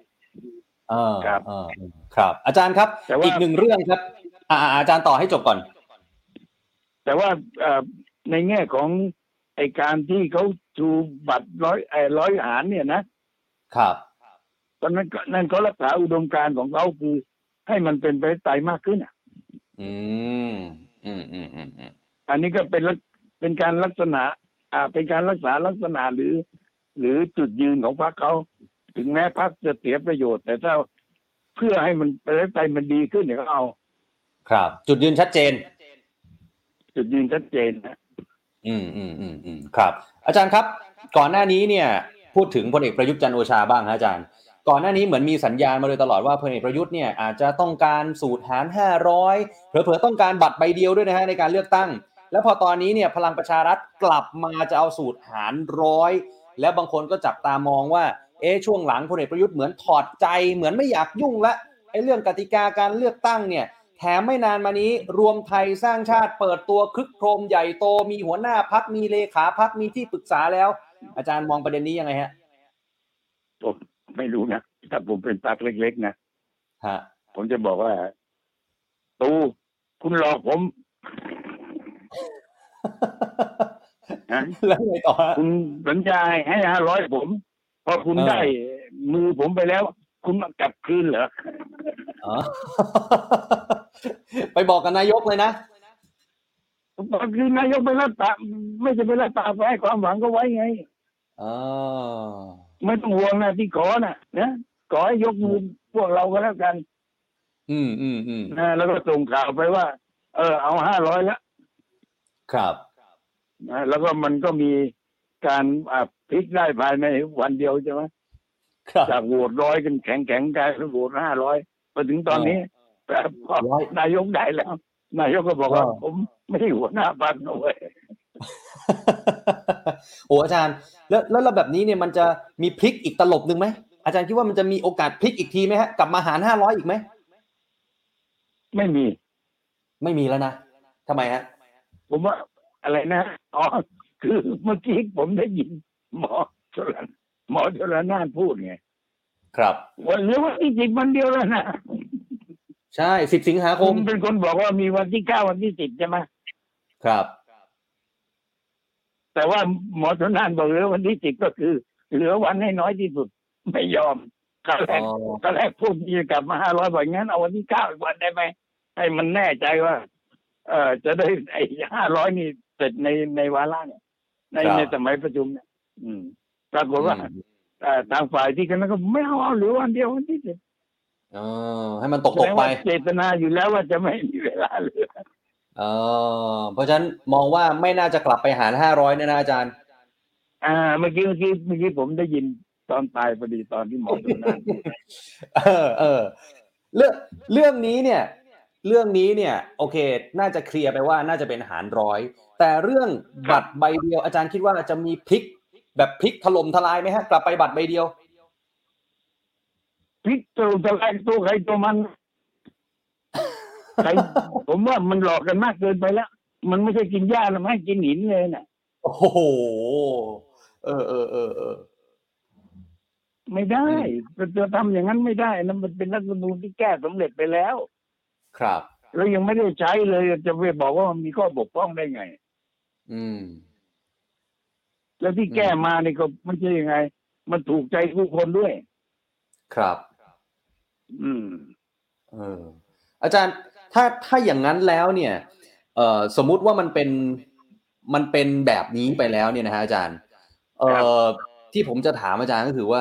Speaker 2: ครับอาจารย์ครับอีกหนึ่งเรื่องครับอาจารย์ต่อให้จบก่อน
Speaker 4: แต่ว่าในแง่ของไอการที่เขาชูบัตรร้อยหารเนี่ย
Speaker 2: นะครับ
Speaker 4: ตอนนั้นนั่นเขารักษาอุดมการณ์ของเขาคือให้มันเป็นประชาธิปไตยมากขึ้นอันนี้ก็เป็นการลักษณะเป็นการรักษาลักษณะหรือจุดยืนของพรรคเขาถึงแม้พรรคจะเสียประโยชน์แต่ถ้าเพื่อให้มันประชาธิปไตยมันดีขึ้นเนี่ยก็เอา
Speaker 2: ครับจุดยืนชัดเจนนะครับอาจารย์ครับก่อนหน้านี้เนี่ยพูดถึงพลเอกประยุทธ์จันทร์โอชาบ้างฮะอาจารย์ก่อนหน้านี้เหมือนมีสัญญาณมาโดยตลอดว่าพลเอกประยุทธ์เนี่ยอาจจะต้องการสูตรหาร500เผลอๆต้องการบัตรใบเดียวด้วยนะฮะในการเลือกตั้งแล้วพอตอนนี้เนี่ยพลังประชารัฐกลับมาจะเอาสูตรหาร100แล้วบางคนก็จับตามองว่าช่วงหลังพลเอกประยุทธ์เหมือนถอดใจเหมือนไม่อยากยุ่งละเรื่องกติกาการเลือกตั้งเนี่ยแถมไม่นานมานี้รวมไทยสร้างชาติเปิดตัวคึกโครมใหญ่โตมีหัวหน้าพรรคมีเลขาพรรคมีที่ปรึกษาแล้วอาจารย์มองประเด็นนี้ยังไงฮะ
Speaker 4: ผมไม่รู้นะถ้าผมเป็นพรรคเล็กๆนะผมจะบอกว่าคุณหลอกผม
Speaker 2: แล้วไงต่อ
Speaker 4: คุณสัญญาให้500ผมพอคุณได้มือผมไปแล้วคุณมากลับคืนเหรอ
Speaker 2: ไปบอกกับนายกเลยนะ
Speaker 4: คือนายกไปรับปากไม่จะไปรับปากไปให้ความหวังก็ไว้ไงไม่ต้องห่วงนะที่ขอนะขอให้ยกมือพวกเราก็แล้วกันนะแล้วก็ส่งข่าวไปว่าเอา500แล้ว
Speaker 2: ครับ
Speaker 4: แล้วก็มันก็มีการพลิกได้ภายในวันเดียวใช่ไหมจากโหวต100กันแข็งๆกลายเป็นโหวต500มาถึงตอนนี้นายกได้แล้วนายกก็บอกว่าผมไม่ได้หัวหน้าพรรคด้วย
Speaker 2: โอ้อาจารย์แล้วแบบนี้เนี่ยมันจะมีพลิกอีกตลบนึงไหมอาจารย์คิดว่ามันจะมีโอกาสพลิกอีกทีไหมฮะกลับมาหาร500อีกไหม
Speaker 4: ไม่
Speaker 2: มีแล้วนะทำไมฮะ
Speaker 4: ผมว่าอะไรนะคือเมื่อกี้ผมได้ยินหมอชลน่านพูดไง
Speaker 2: ครับ
Speaker 4: วันนี้วันที่10วันเดียวแล้วนะ
Speaker 2: ใช่10สิงหาคม
Speaker 4: เป็นคนบอกว่ามีวันที่9วันที่10ใช่ไหม
Speaker 2: ครับ
Speaker 4: แต่ว่าหมอชลน่านบอกเลยวันที่10ก็คือเหลือวันให้น้อยที่สุดไม่ยอมก็แรกพูดจะกลับมา500บอกงั้นเอาวันที่9อีกวันได้ไหมให้มันแน่ใจว่าจะได้ไอ้500นี่เสร็จในวาระเนี่ยในสมัยประชุมเนี่ยปรากฏว่าทางฝ่ายที่กันก็ไม่เอาเหลือวันเดียววันที่
Speaker 2: 10ให้มันตกไป
Speaker 4: เจตนาอยู่แล้วว่าจะไม่มีเวลาเหลือ
Speaker 2: เพราะฉะนั้นมองว่าไม่น่าจะกลับไปหาร500เนี่ยนะอาจารย์
Speaker 4: เมื่อกี้ผมได้ยินตอนตายพอดีตอนที่หมอดูนั่น
Speaker 2: เรื่องนี้เนี่ยโอเคน่าจะเคลียร์ไปว่าน่าจะเป็นหาร100แต่เรื่องบัตรใบเดียวอาจารย์คิดว่าจะมีพลิกแบบพลิกถล่มทลายไหมฮะกลับไปบัตรใบเดียว
Speaker 4: พลิกถล่มทลายตัวใครตัวมันผมว่ามันหลอกกันมากเกินไปแล้วมันไม่ใช่กินหญ้าแล้วไม่กินหินเลยน่ะ
Speaker 2: โอ้โห
Speaker 4: ไม่ได้จะทำอย่างนั้นไม่ได้นะมันเป็นรัฐธรรมนูญที่แก้สำเร็จไปแล้ว
Speaker 2: ครับ
Speaker 4: แล้วยังไม่ได้ใช้เลยจะไปบอกว่ามันมีข้อบกพร่องได้ไงแล้วที่แก้มานี่ก็ไม่ใช่ยังไงมันถูกใจผู้คนด้วย
Speaker 2: ครับอาจารย์ถ้าอย่างนั้นแล้วเนี่ยสมมุติว่ามันเป็นแบบนี้ไปแล้วเนี่ยนะฮะอาจารย์ที่ผมจะถามอาจารย์ก็คือว่า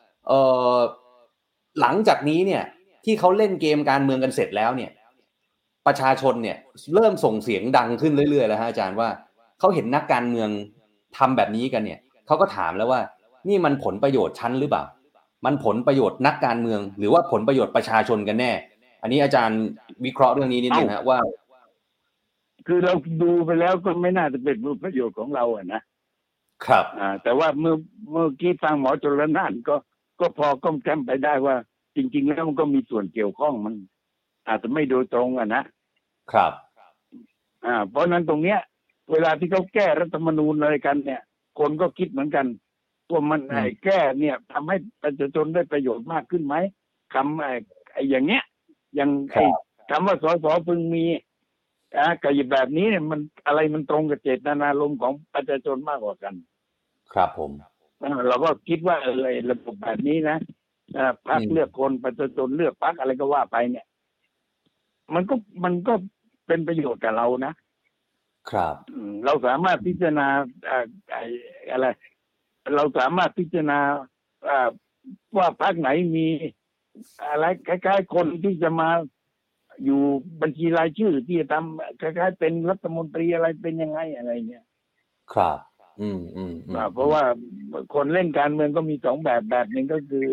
Speaker 2: หลังจากนี้เนี่ยที่เขาเล่นเกมการเมืองกันเสร็จแล้วเนี่ยประชาชนเนี่ยเริ่มส่งเสียงดังขึ้นเรื่อยๆแล้วฮะอาจารย์ว่าเขาเห็นนักการเมืองทำแบบนี้กันเนี่ยเขาก็ถามแล้วว่านี่มันผลประโยชน์ชั้นหรือเปล่ามันผลประโยชน์นักการเมืองหรือว่าผลประโยชน์ประชาชนกันแน่อันนี้อาจารย์วิเคราะห์เรื่องนี้นิดนึงฮะว่า
Speaker 4: คือเราดูไปแล้วก็ไม่น่าจะเป็นผลประโยชน์ของเราอ่ะนะครับแต่ว่าเมื่อกี้ฟังหมอชลน่านก็พอก้มแก้มไปได้ว่าจริงๆแล้วมันก็มีส่วนเกี่ยวข้องมันอาจจะไม่โดยตรงอ่ะ
Speaker 2: นะครับ
Speaker 4: เพราะนั้นตรงเนี้ยเวลาที่เขาแก้รัฐธรรมนูญอะไรกันเนี่ยคนก็คิดเหมือนกันว่ามันแก้เนี่ยทำให้ประชาชนได้ประโยชน์มากขึ้นไหมคำอย่างเงี้ยอย่างคำว่าสสพึงมีกับแบบนี้เนี่ยมันอะไรมันตรงกับเจตนารมณ์ของประชาชนมากกว่ากัน
Speaker 2: ครับผม
Speaker 4: เราก็คิดว่าระบบแบบนี้นะพรรคเลือกคนประชาชนเลือกพรรคอะไรก็ว่าไปเนี่ยมันก็เป็นประโยชน์กับเรานะครับเราสามารถพิจารณาอะไรเราสามารถพิจารณาว่าพรรคไหนมีอะไรคล้ายๆคนที่จะมาอยู่บัญชีรายชื่อที่จะทำคล้ายๆเป็นรัฐมนตรีอะไรเป็นยังไงอะไรเนี่ย
Speaker 2: ครับ
Speaker 4: เพราะว่าคนเล่นการเมืองก็มี2แบบหนึ่งก็คือ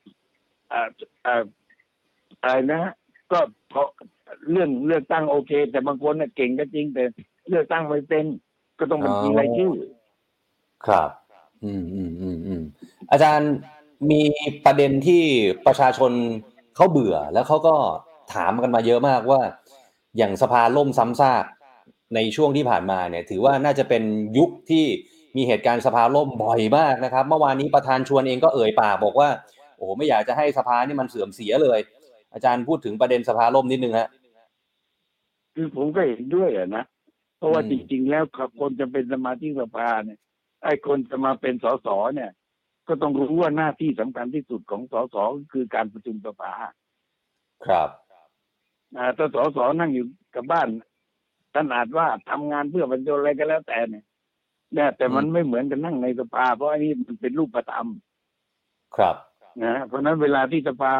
Speaker 4: อะไรนะก็เพราะเรื่องเลือกตั้งโอเคแต่บางคนเก่งก็จริงแต่เลือกตั้งไม่เป็นก็ต้องบัญชีรายชื่อ
Speaker 2: ครับอาจารย์มีประเด็นที่ประชาชนเขาเบื่อแล้วเขาก็ถามกันมาเยอะมากว่าอย่างสภาล่มซ้ำซากในช่วงที่ผ่านมาเนี่ยถือว่าน่าจะเป็นยุคที่มีเหตุการณ์สภาล่มบ่อยมากนะครับเมื่อวานนี้ประธานชวนเองก็เอ่ยปากบอกว่าโอ้โหไม่อยากจะให้สภานี่มันเสื่อมเสียเลยอาจารย์พูดถึงประเด็นสภาล่มนิดนึงฮะ
Speaker 4: คือผมก็เห็นด้วยนะเพราะว่าจริงๆแล้วคนจะเป็นสมาชิกสภาเนี่ยไอ้คนจะมาเป็นสสเนี่ยก็ต้องรู้ว่าหน้าที่สำคัญที่สุดของสสก็คือการประชุมสภา
Speaker 2: ครับ
Speaker 4: ถ้าสสนั่งอยู่กับบ้านขนาดว่าทำงานเพื่อประโยชน์อะไรก็แล้วแต่เนี่ยแต่มันไม่เหมือนกันนั่งในสภาเพราะอันนี้มันเป็นรูปธรรม
Speaker 2: ครับ
Speaker 4: เพราะนั้นเวลาที่สภา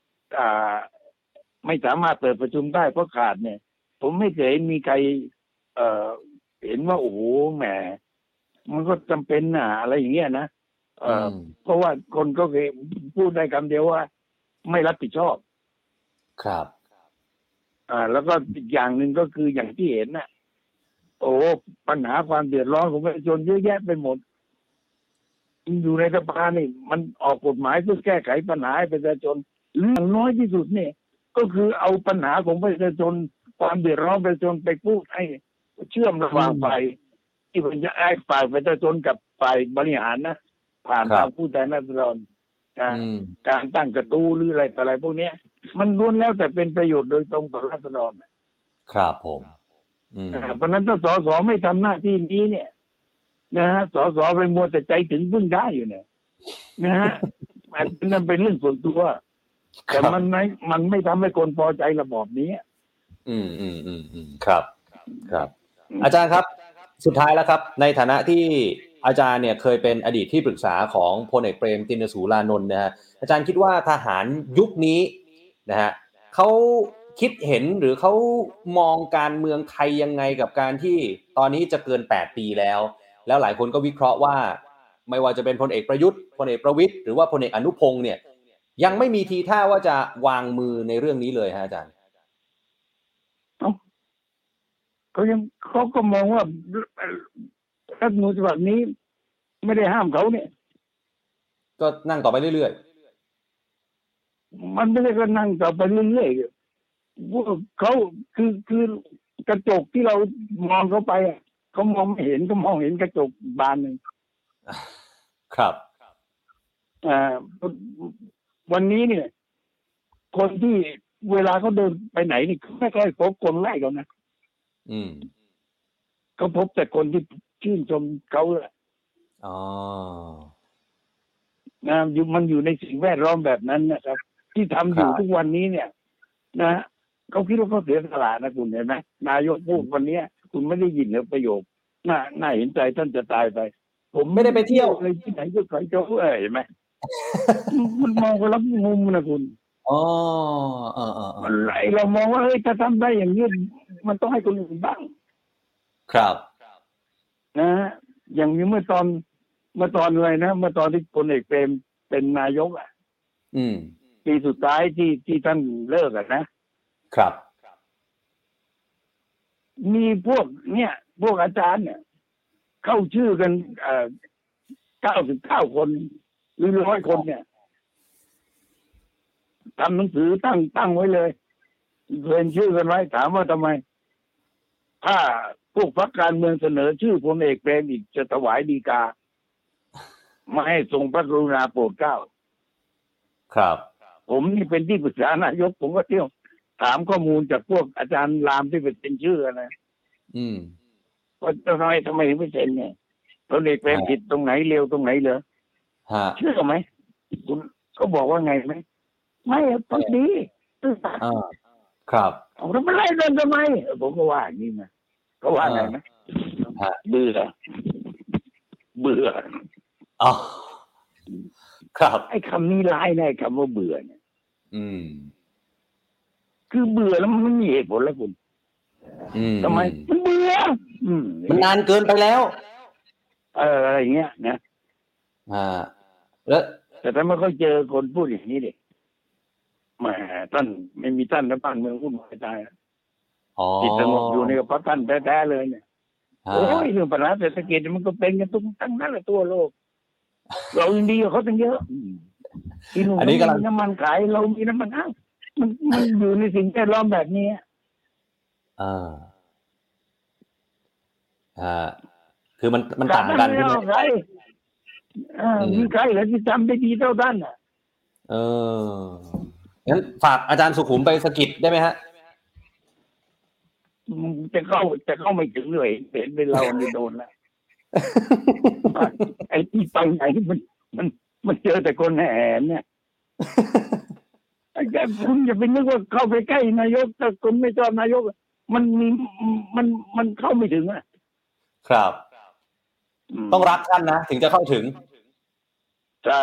Speaker 4: ไม่สามารถเปิดประชุมได้เพราะขาดเนี่ยผมไม่เคยมีใครเห็นว่าโอ้โหแหมมันก็จำเป็นอะไรอย่างเงี้ยนะเพราะว่าคนก็เคยพูดได้คำเดียวว่าไม่รับผิดชอบ
Speaker 2: ครับ
Speaker 4: แล้วก็อีกอย่างหนึ่งก็คืออย่างที่เห็นโอ้ปัญหาความเดือดร้อนของประชาชนเยอะแยะไปหมดอยู่ในสภานี่มันออกกฎหมายเพื่อแก้ไขปัญหาให้ประชาชนเรื่องน้อยที่สุดเนี่ยก็คือเอาปัญหาของประชาชนความเดือดร้อนประชาชนไปพูดให้เชื่อมระหว่างฝ่ายที่เป็นฝ่ายประชาชนกับฝ่ายบริหารนะผ่านทางผู้แทนราษฎรการตั้งกระทู้หรืออะไรต่ออะไรพวกนี้มันล้วนแล้วแต่เป็นประโยชน์โดยตรงต่อราษฎร
Speaker 2: ครับผม
Speaker 4: เพราะนั้นถ้าสสไม่ทำหน้าที่นี้เนี่ยนะฮะสสไปมัวแต่ใจถึงพึ่งได้อยู่เนี่ยนะฮะมันเป็นเรื่องส่วนตัวแต่มันไม่ทำให้คนพอใจระบอบนี้
Speaker 2: ครับอาจารย์ครับสุดท้ายแล้วครับในฐานะที่อาจารย์เนี่ยเคยเป็นอดีตที่ปรึกษาของพลเอกเปรมติณสูรานนท์นะฮะอาจารย์คิดว่าทหารยุคนี้นะฮะเขาคิดเห็นหรือเขามองการเมืองไทยยังไงกับการที่ตอนนี้จะเกิน8ปีแล้วหลายคนก็วิเคราะห์ว่าไม่ว่าจะเป็นพลเอกประยุทธ์พลเอกประวิตรหรือว่าพลเอกอนุพงษ์เนี่ยยังไม่มีทีท่าว่าจะวางมือในเรื่องนี้เลยฮะอาจารย์
Speaker 4: เขาก็มองว่ารัฐธรรมนูญฉบับนี้ไม่ได้ห้ามเขาเนี่ย
Speaker 2: ก็นั่งต่อไปเรื่อย
Speaker 4: ๆมันไม่ได้ก็นั่งต่อไปเรื่อยๆพวกเขาคือกระจกที่เรามองเข้าไปเขามองไม่เห็นเขามองเห็นกระจกบานหนึ่ง
Speaker 2: ครับ
Speaker 4: วันนี้เนี่ยคนที่เวลาเขาเดินไปไหนนี่ไม่ค่อยพบคนไล่เขานะเขาพบแต่คนที่ชื่นชมเขาแหละมันอยู่ในสิ่งแวดล้อมแบบนั้นนะครับที่ทำอยู่ทุกวันนี้เนี่ยนะเขาคิดว่าเขาเสียสละนะคุณเห็นไหมนายกพูดวันนี้คุณไม่ได้ยินเหรอประโยคน่าเห็นใจท่านจะตายไปผม
Speaker 2: ไม่ได้ไปเที่ยว
Speaker 4: เลยที่ไหนก็ใครจะเห็นไหมมันมองคนละมุมนะคุณเรามองว่าถ้าทำได้อย่างนี้มันต้องให้คนอื่นบ้าง
Speaker 2: ครับ
Speaker 4: นะอย่างนี้เมื่อตอนอะไรนะเมื่อตอนที่พลเอกเปรมเป็นนายกปีสุดท้ายที่ท่านเลิก
Speaker 2: นะครับ
Speaker 4: มีพวกอาจารย์เนี่ยเข้าชื่อกัน99 คนหรือ100 คนเนี่ยทำหนังสือตั้งไว้เลยเขียนชื่อกันไว้ถามว่าทำไมถ้าพวกพรรคการเมืองเสนอชื่อพลเอกเปรมอีกจะถวายฎีกาไม่ให้ทรงพระกรุณาโปรดเกล้า
Speaker 2: ครับ
Speaker 4: ผมนี่เป็นที่ปรึกษานายกผมก็เที่ยวถามข้อมูลจากพวกอาจารย์รามที่เป็นชื่อนะว่าทำไมถึงไม่เซ็นเนี่ยพลเอกเปรมผิดตรงไหนเร็วตรงไหนเหรอเชื่อไหมคุณเขาบอกว่าไงไหมไม่พอดี
Speaker 2: ครับ
Speaker 4: แล้วมันไล่เดินทำไมผมก็ว่าอย่างนี้นะเขาว่าไงนะเบื่อ
Speaker 2: ครับ
Speaker 4: ไอ้คำนี้ร้ายแน่คำว่าเบื่อเนี่ยคือเบื่อแล้วมันไม่มีเหตุผลแล้วคุณทำไมมันเบื่อ
Speaker 2: มันนานเกินไปแล้ว
Speaker 4: อะไรอย่างเงี้ยนะ
Speaker 2: แล้ว
Speaker 4: แต่ถ้าไม่ค่อยเจอคนพูดอย่างนี้ดิแหมท่านไม่มีท่านแล้วบ้านเมืองวุ่นวายตายจิตสงบอยู่ในพระท่านแท้ๆเลยเนี่ยโอ้ยเรื่องปัญหาเศรษฐกิจมันก็เป็นกันทุกทั้งนั้นแหละทั่วโลกเรายังดีกว่าเขาตั้งเยอะที่นู่นมีน้ำมันขายเรามีน้ำมันมันอยู่ในสิ่งแวดล้อมแบบนี้
Speaker 2: คือมันต่างกันใช่ไหม
Speaker 4: มีใครเหรอที่ทำได้ดีเท่าท่าน
Speaker 2: งั้นฝากอาจารย์สุขุมไปสกิดได้ไหมฮะ
Speaker 4: จะเข้าไม่ถึงเลยเห็นเป็นเราโดนแล้วไอ้ที่ไปไหนมันเจอแต่คนแห่เนี่ยคุณอย่าไปนึกว่าเข้าไปใกล้นายกแต่คุณไม่ชอบนายกมันเข้าไม่ถึงอ่ะ
Speaker 2: ครับต้องรักท่านนะถึงจะเข้าถึง
Speaker 4: ใช่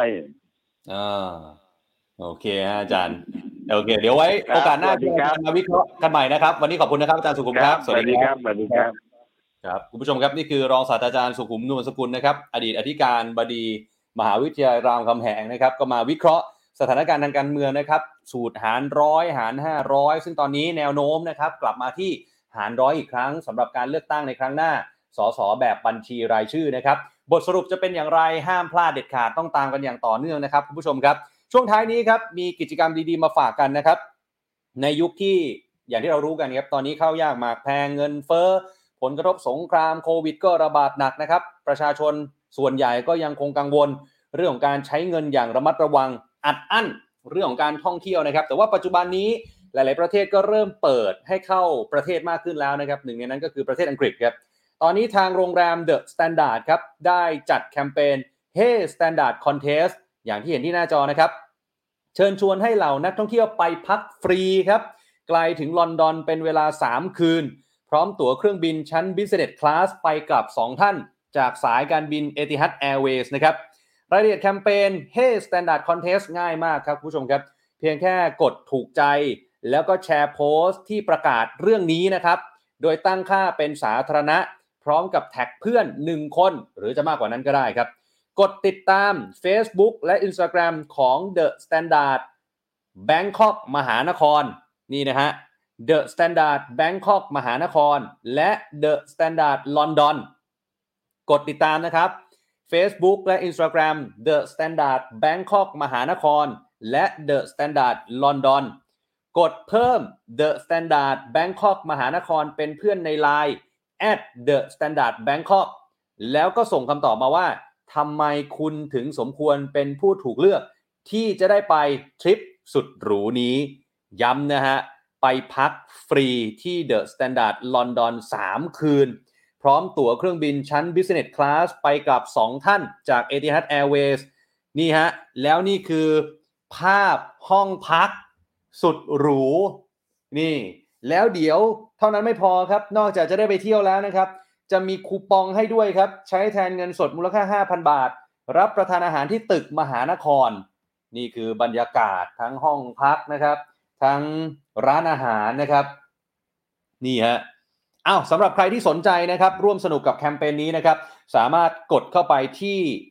Speaker 2: โอเคอาจารย์โอเคเดี๋ยวไว้โอกาสหน้าที่จะมาวิเคราะห์กันใหม่นะครับวันนี้ขอบคุณนะครับอาจารย์สุขุมครับ
Speaker 4: สวัสดีครับสวัสดีครับ
Speaker 2: ครับคุณผู้ชมครับนี่คือรองศาสตราจารย์สุขุมนวลสกุลนะครับอดีตอธิการบดีมหาวิทยาลัยรามคำแหงนะครับก็มาวิเคราะห์สถานการณ์ทางการเมืองนะครับสูตรหาร100หาร500ซึ่งตอนนี้แนวโน้มนะครับกลับมาที่หาร100อีกครั้งสำหรับการเลือกตั้งในครั้งหน้าสสแบบบัญชีรายชื่อนะครับบทสรุปจะเป็นอย่างไรห้ามพลาดเด็ดขาดต้องตามกันอย่างต่อเนื่องนะครับคุณผู้ชมครับช่วงท้ายนี้ครับมีกิจกรรมดีๆมาฝากกันนะครับในยุคที่อย่างที่เรารู้กันครับตอนนี้ข้าวยากหมากแพงเงินเฟ้อผลกระทบสงครามโควิดก็ระบาดหนักนะครับประชาชนส่วนใหญ่ก็ยังคงกังวลเรื่องของการใช้เงินอย่างระมัดระวังอัดอั้นเรื่องของการท่องเที่ยวนะครับแต่ว่าปัจจุบันนี้หลายๆประเทศก็เริ่มเปิดให้เข้าประเทศมากขึ้นแล้วนะครับหนึ่งในนั้นก็คือประเทศอังกฤษครับตอนนี้ทางโรงแรม The Standard ครับได้จัดแคมเปญ Hey Standard Contest อย่างที่เห็นที่หน้าจอนะครับเชิญชวนให้เหล่านักท่องเที่ยวไปพักฟรีครับไกลถึงลอนดอนเป็นเวลา3คืนพร้อมตั๋วเครื่องบินชั้น Business Class ไปกลับ2ท่านจากสายการบิน Etihad Airways นะครับรายละเอียดแคมเปญ Hey Standard Contest ง่ายมากครับคุณผู้ชมครับเพียงแค่กดถูกใจแล้วก็แชร์โพสต์ที่ประกาศเรื่องนี้นะครับโดยตั้งค่าเป็นสาธารณะพร้อมกับแท็กเพื่อน1คนหรือจะมากกว่านั้นก็ได้ครับกดติดตาม Facebook และ Instagram ของ The Standard Bangkok มหานครนี่นะฮะ The Standard Bangkok มหานครและ The Standard London กดติดตามนะครับ Facebook และ Instagram The Standard Bangkok มหานครและ The Standard London กดเพิ่ม The Standard Bangkok มหานครเป็นเพื่อนใน LINE @The Standard Bangkok แล้วก็ส่งคำตอบมาว่าทำไมคุณถึงสมควรเป็นผู้ถูกเลือกที่จะได้ไปทริปสุดหรูนี้ย้ำนะฮะไปพักฟรีที่ The Standard London 3 คืนพร้อมตั๋วเครื่องบินชั้น Business Class ไปกลับ2ท่านจาก Etihad Airways นี่ฮะแล้วนี่คือภาพห้องพักสุดหรูนี่แล้วเดี๋ยวเท่านั้นไม่พอครับนอกจากจะได้ไปเที่ยวแล้วนะครับจะมีคูปองให้ด้วยครับใช้แทนเงินสดมูลค่า 5,000 บาทรับประทานอาหารที่ตึกมหานครนี่คือบรรยากาศทั้งห้องพักนะครับทั้งร้านอาหารนะครับนี่ฮะสำหรับใครที่สนใจนะครับร่วมสนุกกับแคมเปญนี้นะครับสามารถกดเข้าไปที่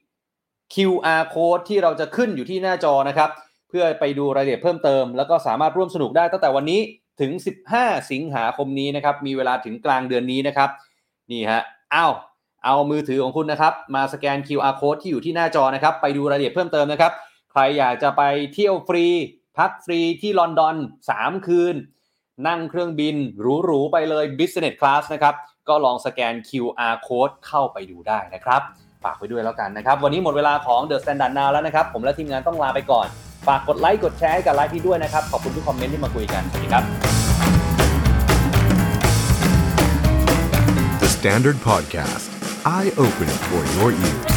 Speaker 2: QR code ที่เราจะขึ้นอยู่ที่หน้าจอนะครับเพื่อไปดูรายละเอียดเพิ่มเติมแล้วก็สามารถร่วมสนุกได้ตั้งแต่วันนี้ถึง15สิงหาคมนี้นะครับมีเวลาถึงกลางเดือนนี้นะครับนี่ฮะเอามือถือของคุณนะครับมาสแกน QR code ที่อยู่ที่หน้าจอนะครับไปดูรายละเอียดเพิ่มเติมนะครับใครอยากจะไปเที่ยวฟรีพักฟรีที่ลอนดอน3คืนนั่งเครื่องบินหรูๆไปเลย Business Class นะครับก็ลองสแกน QR code เข้าไปดูได้นะครับฝากไว้ด้วยแล้วกันนะครับวันนี้หมดเวลาของ The Standard Now แล้วนะครับผมและทีมงานต้องลาไปก่อนฝากกดไลค์กดแชร์ให้กับไลฟ์นี้ด้วยนะครับขอบคุณทุกคอมเมนต์ที่มาคุยกันสวัสดีครับ
Speaker 1: The Standard Podcast Eye Opening for your ears